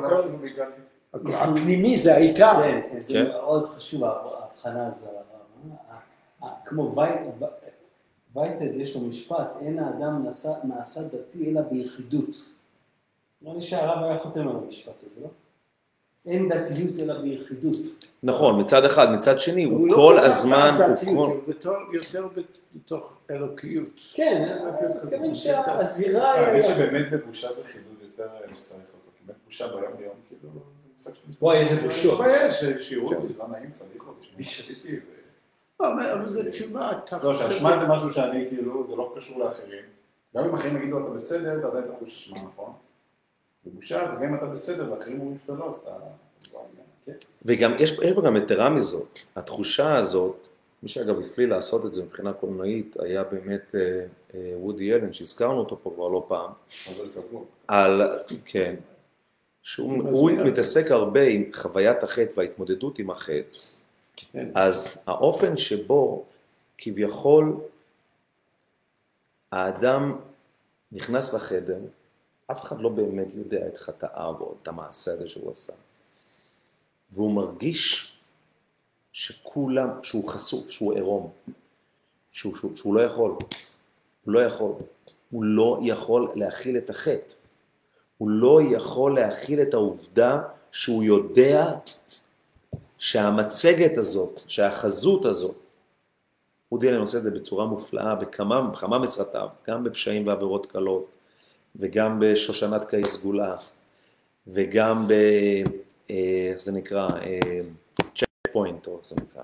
הפנימי זה העיקר. כן, זה מאוד חשוב, ההבחנה הזו. כמו וייטד יש לו משפט, אין האדם נעשה דתי אלא ביחידות. לא נשאר, הרב היה חותם על המשפט הזה, לא? אין דתיות אלא ביחידות. נכון, מצד אחד, מצד שני, הוא לא כל כל כך הזמן, דתיות, הוא כל... הוא בתור- יותר בתוך אלוקיות. כן, אני מתכוון שהזירה האמת היא... שבאמת בבושה זה חידוד יותר שצריך אותו, כי באמת בושה ביום ליום, כאילו, זה מושג שאתה וואי, איזה בושות. יש, שיעור, זה לא נעים, צדיחות, יש מה שעשיתי, ו- אבל אבל זו תשובה. לא, שהאשמה זה משהו שאני, כאילו, זה לא קשור לאחרים. גם אם אחרים יגידו אתה בסדר, אתה עדיין תחוש אשמה, נכון? ובושה זה גם אם אתה בסדר, ואחרים אומרים שאתה לא, אז אתה... וגם, יש, יש בה גם יתרה מזאת, התחושה הזאת, מי שאגב הפליא לעשות את זה מבחינה קולנועית, היה באמת אה, אה, וודי אלן, שהזכרנו אותו פה כבר לא פעם, אבל זה קבוע. על, כן, שהוא הוא מתעסק הרבה עם חוויית החטא וההתמודדות עם החטא, כן. אז האופן שבו כביכול האדם נכנס לחדר, אף אחד לא באמת יודע את חטאיו או את המעשה הזה שהוא עשה. והוא מרגיש שכולם, שהוא חשוף, שהוא עירום, שהוא, שהוא, שהוא לא יכול, הוא לא יכול, הוא לא יכול להכיל את החטא, הוא לא יכול להכיל את העובדה שהוא יודע שהמצגת הזאת, שהחזות הזאת, וודי אלן עושה את זה בצורה מופלאה בכמה, בכמה מסרטיו, גם בפשעים ועבירות קלות, וגם בשושנת קאי סגולה, וגם ב... איך זה נקרא? צ'ק פוינט, או זה נקרא.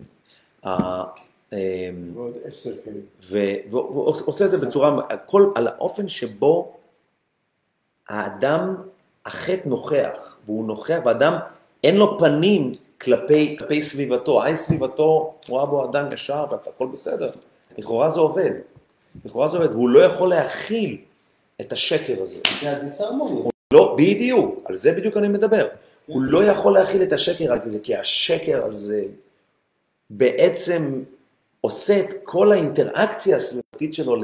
ועוד עשר כאלה. והוא עושה את זה בצורה, הכל על האופן שבו האדם, החטא נוכח, והוא נוכח, והאדם אין לו פנים כלפי, כלפי סביבתו, היי סביבתו, רואה בו אדם ישר, והכל בסדר. לכאורה זה עובד. לכאורה זה עובד, והוא לא יכול להכיל את השקר הזה. זה הדיסהרמוניה. לא, בדיוק, על זה בדיוק אני מדבר. הוא לא יכול להכיל את השקר הזה, כי השקר הזה בעצם עושה את כל האינטראקציה הסביבתית שלו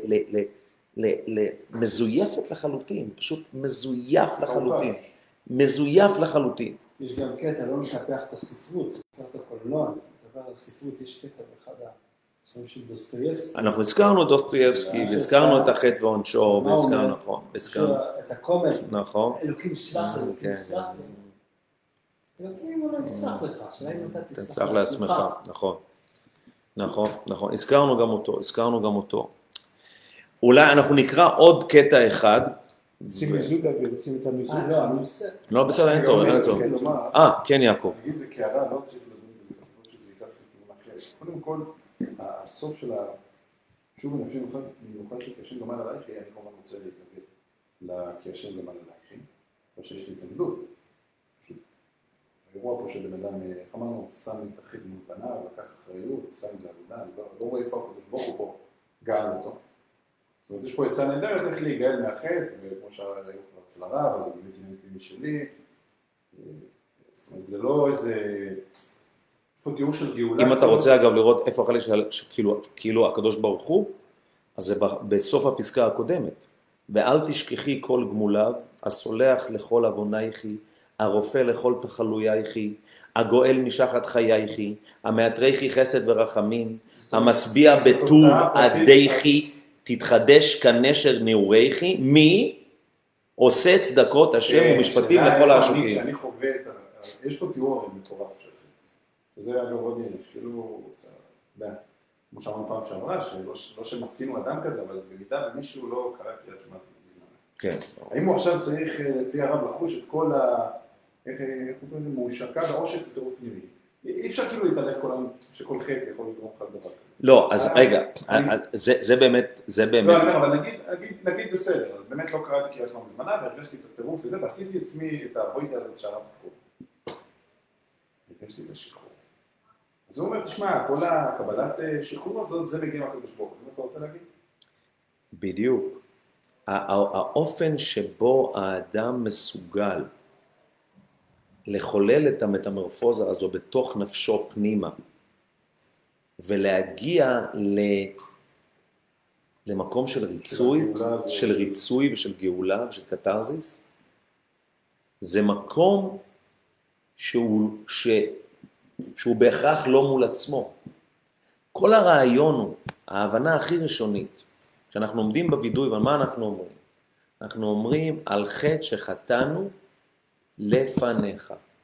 למזויפת לחלוטין, פשוט מזויף לחלוטין, מזויף לחלוטין. יש גם קטע, לא נקפח את הספרות, סרט הקולנוע, דבר הספרות, יש קטע באחד הספרים של דוסטויבסקי. אנחנו הזכרנו את דוסטויבסקי, והזכרנו את החטא ועונשו, והזכרנו, נכון, והזכרנו. את הקומץ, נכון. אלוקים סלח לי, אלוקים סלח לי. אלוקים הוא לא יסלח לך, שאלה אם אתה תסלח לעצמך, נכון, נכון, נכון, הזכרנו גם אותו, הזכרנו גם אותו. אולי אנחנו נקרא עוד קטע אחד. רוצים מיזוג אוויר, רוצים את המיזוג. אה, לא, אני עושה. לא, בסדר, אין צורך, אין צורך. אה, כן יעקב. אני אגיד זה כהערה, לא צריך לדון בזה, לא שזה ייקח לכיוון אחר. קודם כל, הסוף של ה... שוב, אני חושב מיוחד כקשר למעלה עלייך, אני כמובן רוצה להתנגד לקשר למעלה עלייך, או שיש לי התנגדות. פשוט, האירוע פה שבן אדם, איך אמרנו, שם את החטא מול פניו, לקח אחריות, עשה עם זה עבודה, אני לא רואה איפה הקדוש ברוך הוא פה גאל אותו. זאת אומרת, יש פה עצה נהדרת איך להיגאל מהחטא, וכמו שראינו כבר אצל הרב, אז זה באמת עניין פנימי שלי. זאת אומרת, זה לא איזה... יש פה תיאור של גאולה. אם אתה רוצה אגב לראות איפה החלק שכאילו הקדוש ברוך הוא, אז זה בסוף הפסקה הקודמת. ואל תשכחי כל גמוליו, הסולח לכל עוונייכי, הרופא לכל תחלוייכי, הגואל משחת חייכי, המאתריכי חסד ורחמים, המשביע בטוב עדיכי, תתחדש כנשר נעוריכי, מי עושה צדקות השם ומשפטים לכל העשוקים. כשאני חווה את ה... יש פה תיאור מטורף שלכם. וזה אגב עוד עניין, שכאילו, כמו שאמרנו פעם שעברה, שלא שמצינו אדם כזה, אבל במידה ומישהו לא קרא קריאת שמע בזמן. כן. האם הוא עכשיו צריך לפי הרב לחוש את כל ה... איך הוא קוראים לזה? מהושקה בעושק וטירוף פנימי. אי אפשר כאילו להתעלך כל העם שכל חטא יכול לגרום לך לדבר כזה. לא, אז רגע, זה באמת, זה באמת. לא, אני אומר, אבל נגיד בסדר, אז באמת לא קראתי קריאת שמע בזמנה, והרגשתי את הטירוף וזה, ועשיתי עצמי את הבוידה הזאת שהרב פה. הרגשתי את השחרור. אז הוא אומר, תשמע, כל הקבלת שחרור הזאת, זה מגיע מהקדוש ברוך הוא. זה מה אתה רוצה להגיד? בדיוק. האופן שבו האדם מסוגל לחולל את המטמורפוזה הזו בתוך נפשו פנימה, ולהגיע למקום של ריצוי, של ריצוי ושל גאולה ושל קטרזיס, זה מקום שהוא, ש, שהוא בהכרח לא מול עצמו. כל הרעיון הוא, ההבנה הכי ראשונית, כשאנחנו עומדים בוידוי, ועל מה אנחנו אומרים? אנחנו אומרים על חטא שחטאנו לפניך.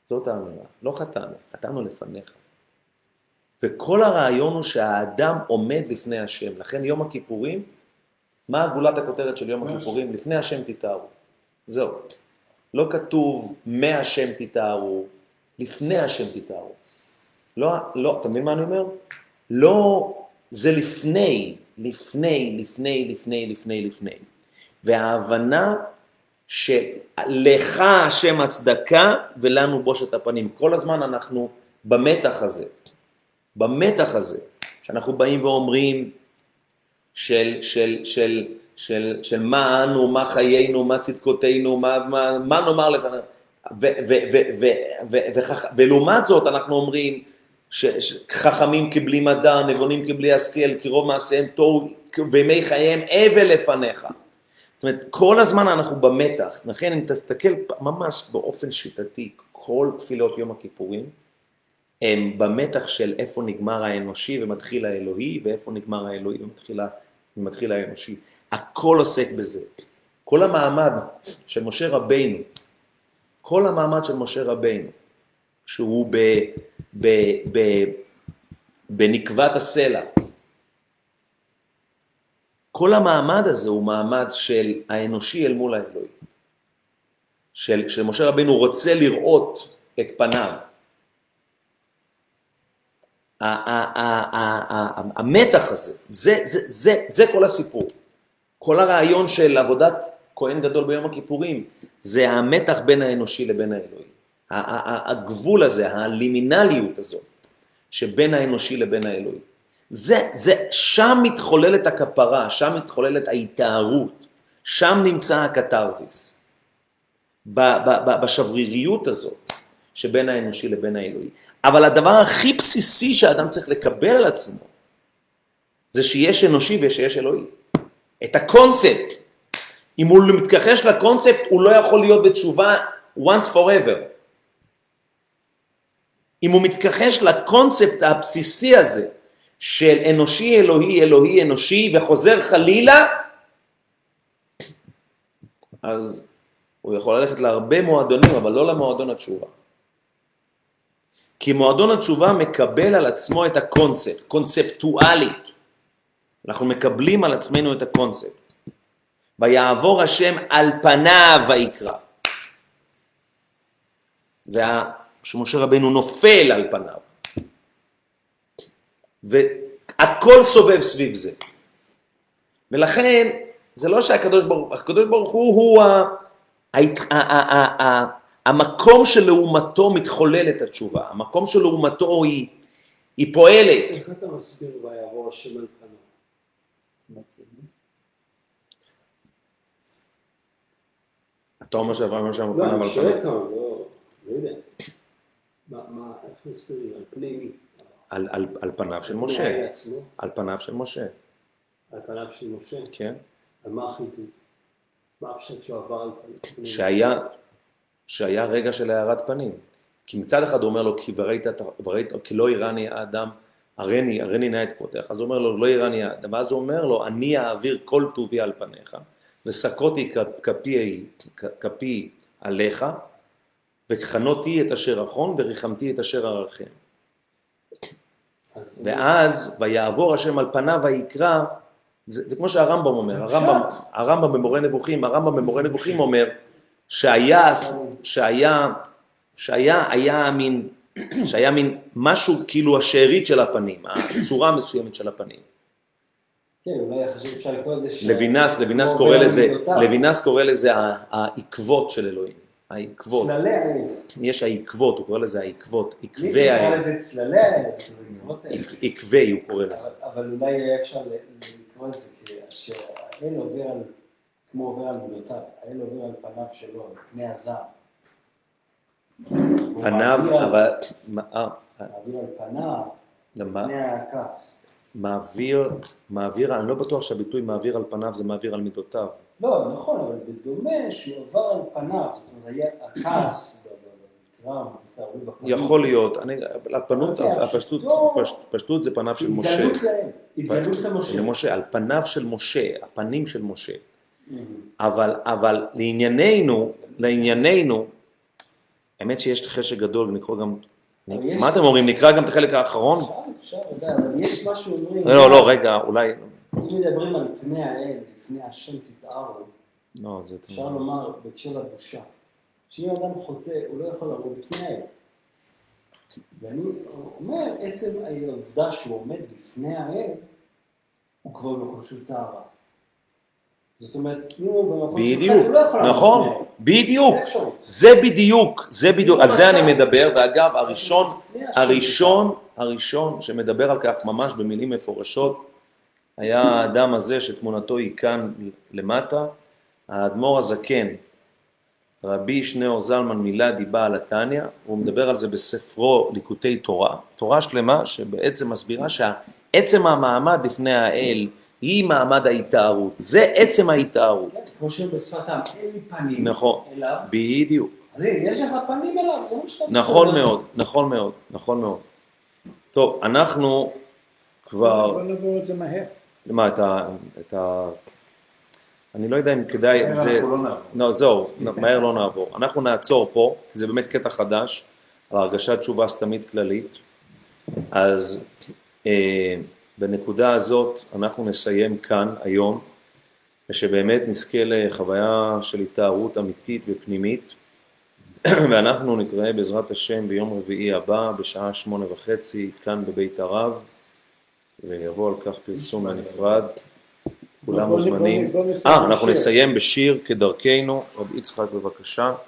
זאת האמירה. לא חטאנו, חטאנו לפניך. וכל הרעיון הוא שהאדם עומד לפני השם. לכן יום הכיפורים, מה גולת הכותרת של יום הכיפורים? לפני השם תתארו. זהו. לא כתוב מהשם תתארו, לפני השם תתארו. לא, לא, אתה מבין מה אני אומר? לא, זה לפני, לפני, לפני, לפני, לפני, לפני. וההבנה שלך השם הצדקה ולנו בושת הפנים. כל הזמן אנחנו במתח הזה, במתח הזה, שאנחנו באים ואומרים של, של, של, של, של מה אנו, מה חיינו, מה צדקותינו, מה, מה, מה נאמר לפנינו. ולעומת זאת אנחנו אומרים שחכמים כבלי מדע, נבונים כבלי השכל, כי רוב מעשיהם תוהו וימי חייהם אבל לפניך. זאת אומרת, כל הזמן אנחנו במתח, לכן אם תסתכל ממש באופן שיטתי, כל תפילות יום הכיפורים, הם במתח של איפה נגמר האנושי ומתחיל האלוהי, ואיפה נגמר האלוהי ומתחיל, ומתחיל האנושי. הכל עוסק בזה. כל המעמד של משה רבינו, כל המעמד של משה רבינו, שהוא ב, ב, ב, בנקבת הסלע, כל המעמד הזה הוא מעמד של האנושי אל מול האלוהי. של, של משה רבינו רוצה לראות את פניו. המתח הזה, זה, זה, זה, זה כל הסיפור. כל הרעיון של עבודת כהן גדול ביום הכיפורים, זה המתח בין האנושי לבין האלוהי. הגבול הזה, הלימינליות הזאת, שבין האנושי לבין האלוהי. זה, זה, שם מתחוללת הכפרה, שם מתחוללת ההתארות, שם נמצא הקתרזיס. בשבריריות הזאת, שבין האנושי לבין האלוהי. אבל הדבר הכי בסיסי שהאדם צריך לקבל על עצמו, זה שיש אנושי ושיש אלוהי. את הקונספט. אם הוא מתכחש לקונספט, הוא לא יכול להיות בתשובה once forever. אם הוא מתכחש לקונספט הבסיסי הזה, של אנושי אלוהי, אלוהי אנושי, וחוזר חלילה, אז הוא יכול ללכת להרבה מועדונים, אבל לא למועדון התשובה. כי מועדון התשובה מקבל על עצמו את הקונספט, קונספטואלית. אנחנו מקבלים על עצמנו את הקונספט. ויעבור השם על פניו ויקרא. ושמשה רבינו נופל על פניו. והכל סובב סביב זה. ולכן, זה לא שהקדוש ברוך הוא, הקדוש ברוך הוא הוא ה, ה, ה, ה, ה, המקום שלעומתו מתחוללת התשובה, המקום שלעומתו היא, היא פועלת. איך אתה מסביר ויעבור השם על פניו? אתה אומר שעבר השם על פניו על פניו? לא, אני שואל לא, לא יודע. מה, איך מסבירים? על פני מי? על, על, על פניו של משה. על פניו של משה. על פניו של משה? כן. על מה החידוד? מה הפשט שהוא עבר על פניו? שהיה, שהיה רגע של הערת פנים. כי מצד אחד הוא אומר לו, כי וראית, וראית, כי לא יראני האדם, הראני, הראני נא את כבודך. אז הוא אומר לו, לא יראני האדם. ואז הוא אומר לו, אני אעביר כל טובי על פניך, וסקותי כפי, כפי עליך, וחנותי את אשר אחון, וריחמתי את אשר ארחם. ואז, ויעבור השם על פניו ויקרא, זה, זה כמו שהרמב"ם אומר, הרמב"ם, הרמב"ם במורה נבוכים, הרמב"ם במורה נבוכים אומר, שהיה, שהיה, שהיה, היה מין, שהיה מין משהו כאילו השארית של הפנים, הצורה המסוימת של הפנים. כן, אולי חשוב אפשר לקרוא את זה ש... לוינס, לוינס קורא לזה, לוינס קורא לזה העקבות של אלוהים. העקבות. צללי האל. יש העקבות, הוא קורא לזה העקבות, עקבי מי שקורא האל. לזה צללי האל, זה עקבות האל. עקבי הוא קורא לזה. אבל אולי אפשר לקרוא את זה שהאל עובר על, כמו עובר על מידותיו, האל עובר על פניו שלו, על פני הזעם. פניו, אבל... מעביר על פניו, פני הכעס. מעביר, מעביר, אני לא בטוח שהביטוי מעביר על פניו זה מעביר על מידותיו. לא, נכון, אבל בדומה שהוא עבר על פניו, זאת אומרת, היה הכעס במקרא, יכול להיות, הפנות, הפשטות זה פניו של משה. התגלות למשה. למשה, על פניו של משה, הפנים של משה. אבל, אבל לענייננו, לענייננו, האמת שיש חשק גדול, ונקרא גם... אבל יש- מה אתם אומרים? נקרא גם את החלק האחרון? אפשר, אפשר, אתה יודע, אבל יש משהו אומרים... לא, לא, רגע, אולי... אם מדברים על פני האל, לפני השם תתארו, לא, זה... אפשר לומר בהקשר לבושה, שאם אדם חוטא, הוא לא יכול לעמוד לפני האל. ואני אומר, עצם העובדה שהוא עומד לפני האל, הוא כבר במקום של טהרה. זאת אומרת, אם הוא במקום של בדיוק, חטא, הוא לא יכול לעמוד נכון, לפני האל. בדיוק, זה אפשרות. זה בדיוק, זה בדיוק, על זה אני מדבר, ואגב, הראשון, הראשון, הראשון שמדבר על כך ממש במילים מפורשות, היה האדם הזה שתמונתו היא כאן למטה, האדמו"ר הזקן, רבי שניאור זלמן מילדי בעל התניא, הוא מדבר על זה בספרו ליקוטי תורה, תורה שלמה שבעצם מסבירה שעצם המעמד לפני האל היא מעמד ההתארות, זה עצם ההתארות. כן, כמו שבשפתם, אין לי פנים נכון, אליו. בדיוק. אז הנה, יש לך פנים אליו, לא משתמש. נכון מאוד, נכון מאוד, נכון מאוד. טוב, אנחנו כבר... בוא נעבור את זה מהר. מה, את ה... את ה... אני לא יודע אם כדאי... מהר זה... אנחנו לא נעבור. לא, זהו, מהר לא נעבור. אנחנו נעצור פה, כי זה באמת קטע חדש, על הרגשת תשובה סתמית כללית. אז אה, בנקודה הזאת אנחנו נסיים כאן היום, ושבאמת נזכה לחוויה של התארות אמיתית ופנימית, ואנחנו נקרא בעזרת השם ביום רביעי הבא, בשעה שמונה וחצי, כאן בבית הרב, ויבוא על כך פרסום הנפרד. כולם בוא- בוא- מוזמנים. בוא נסיים אה, אנחנו בשיר. נסיים בשיר כדרכנו. רב יצחק בבקשה.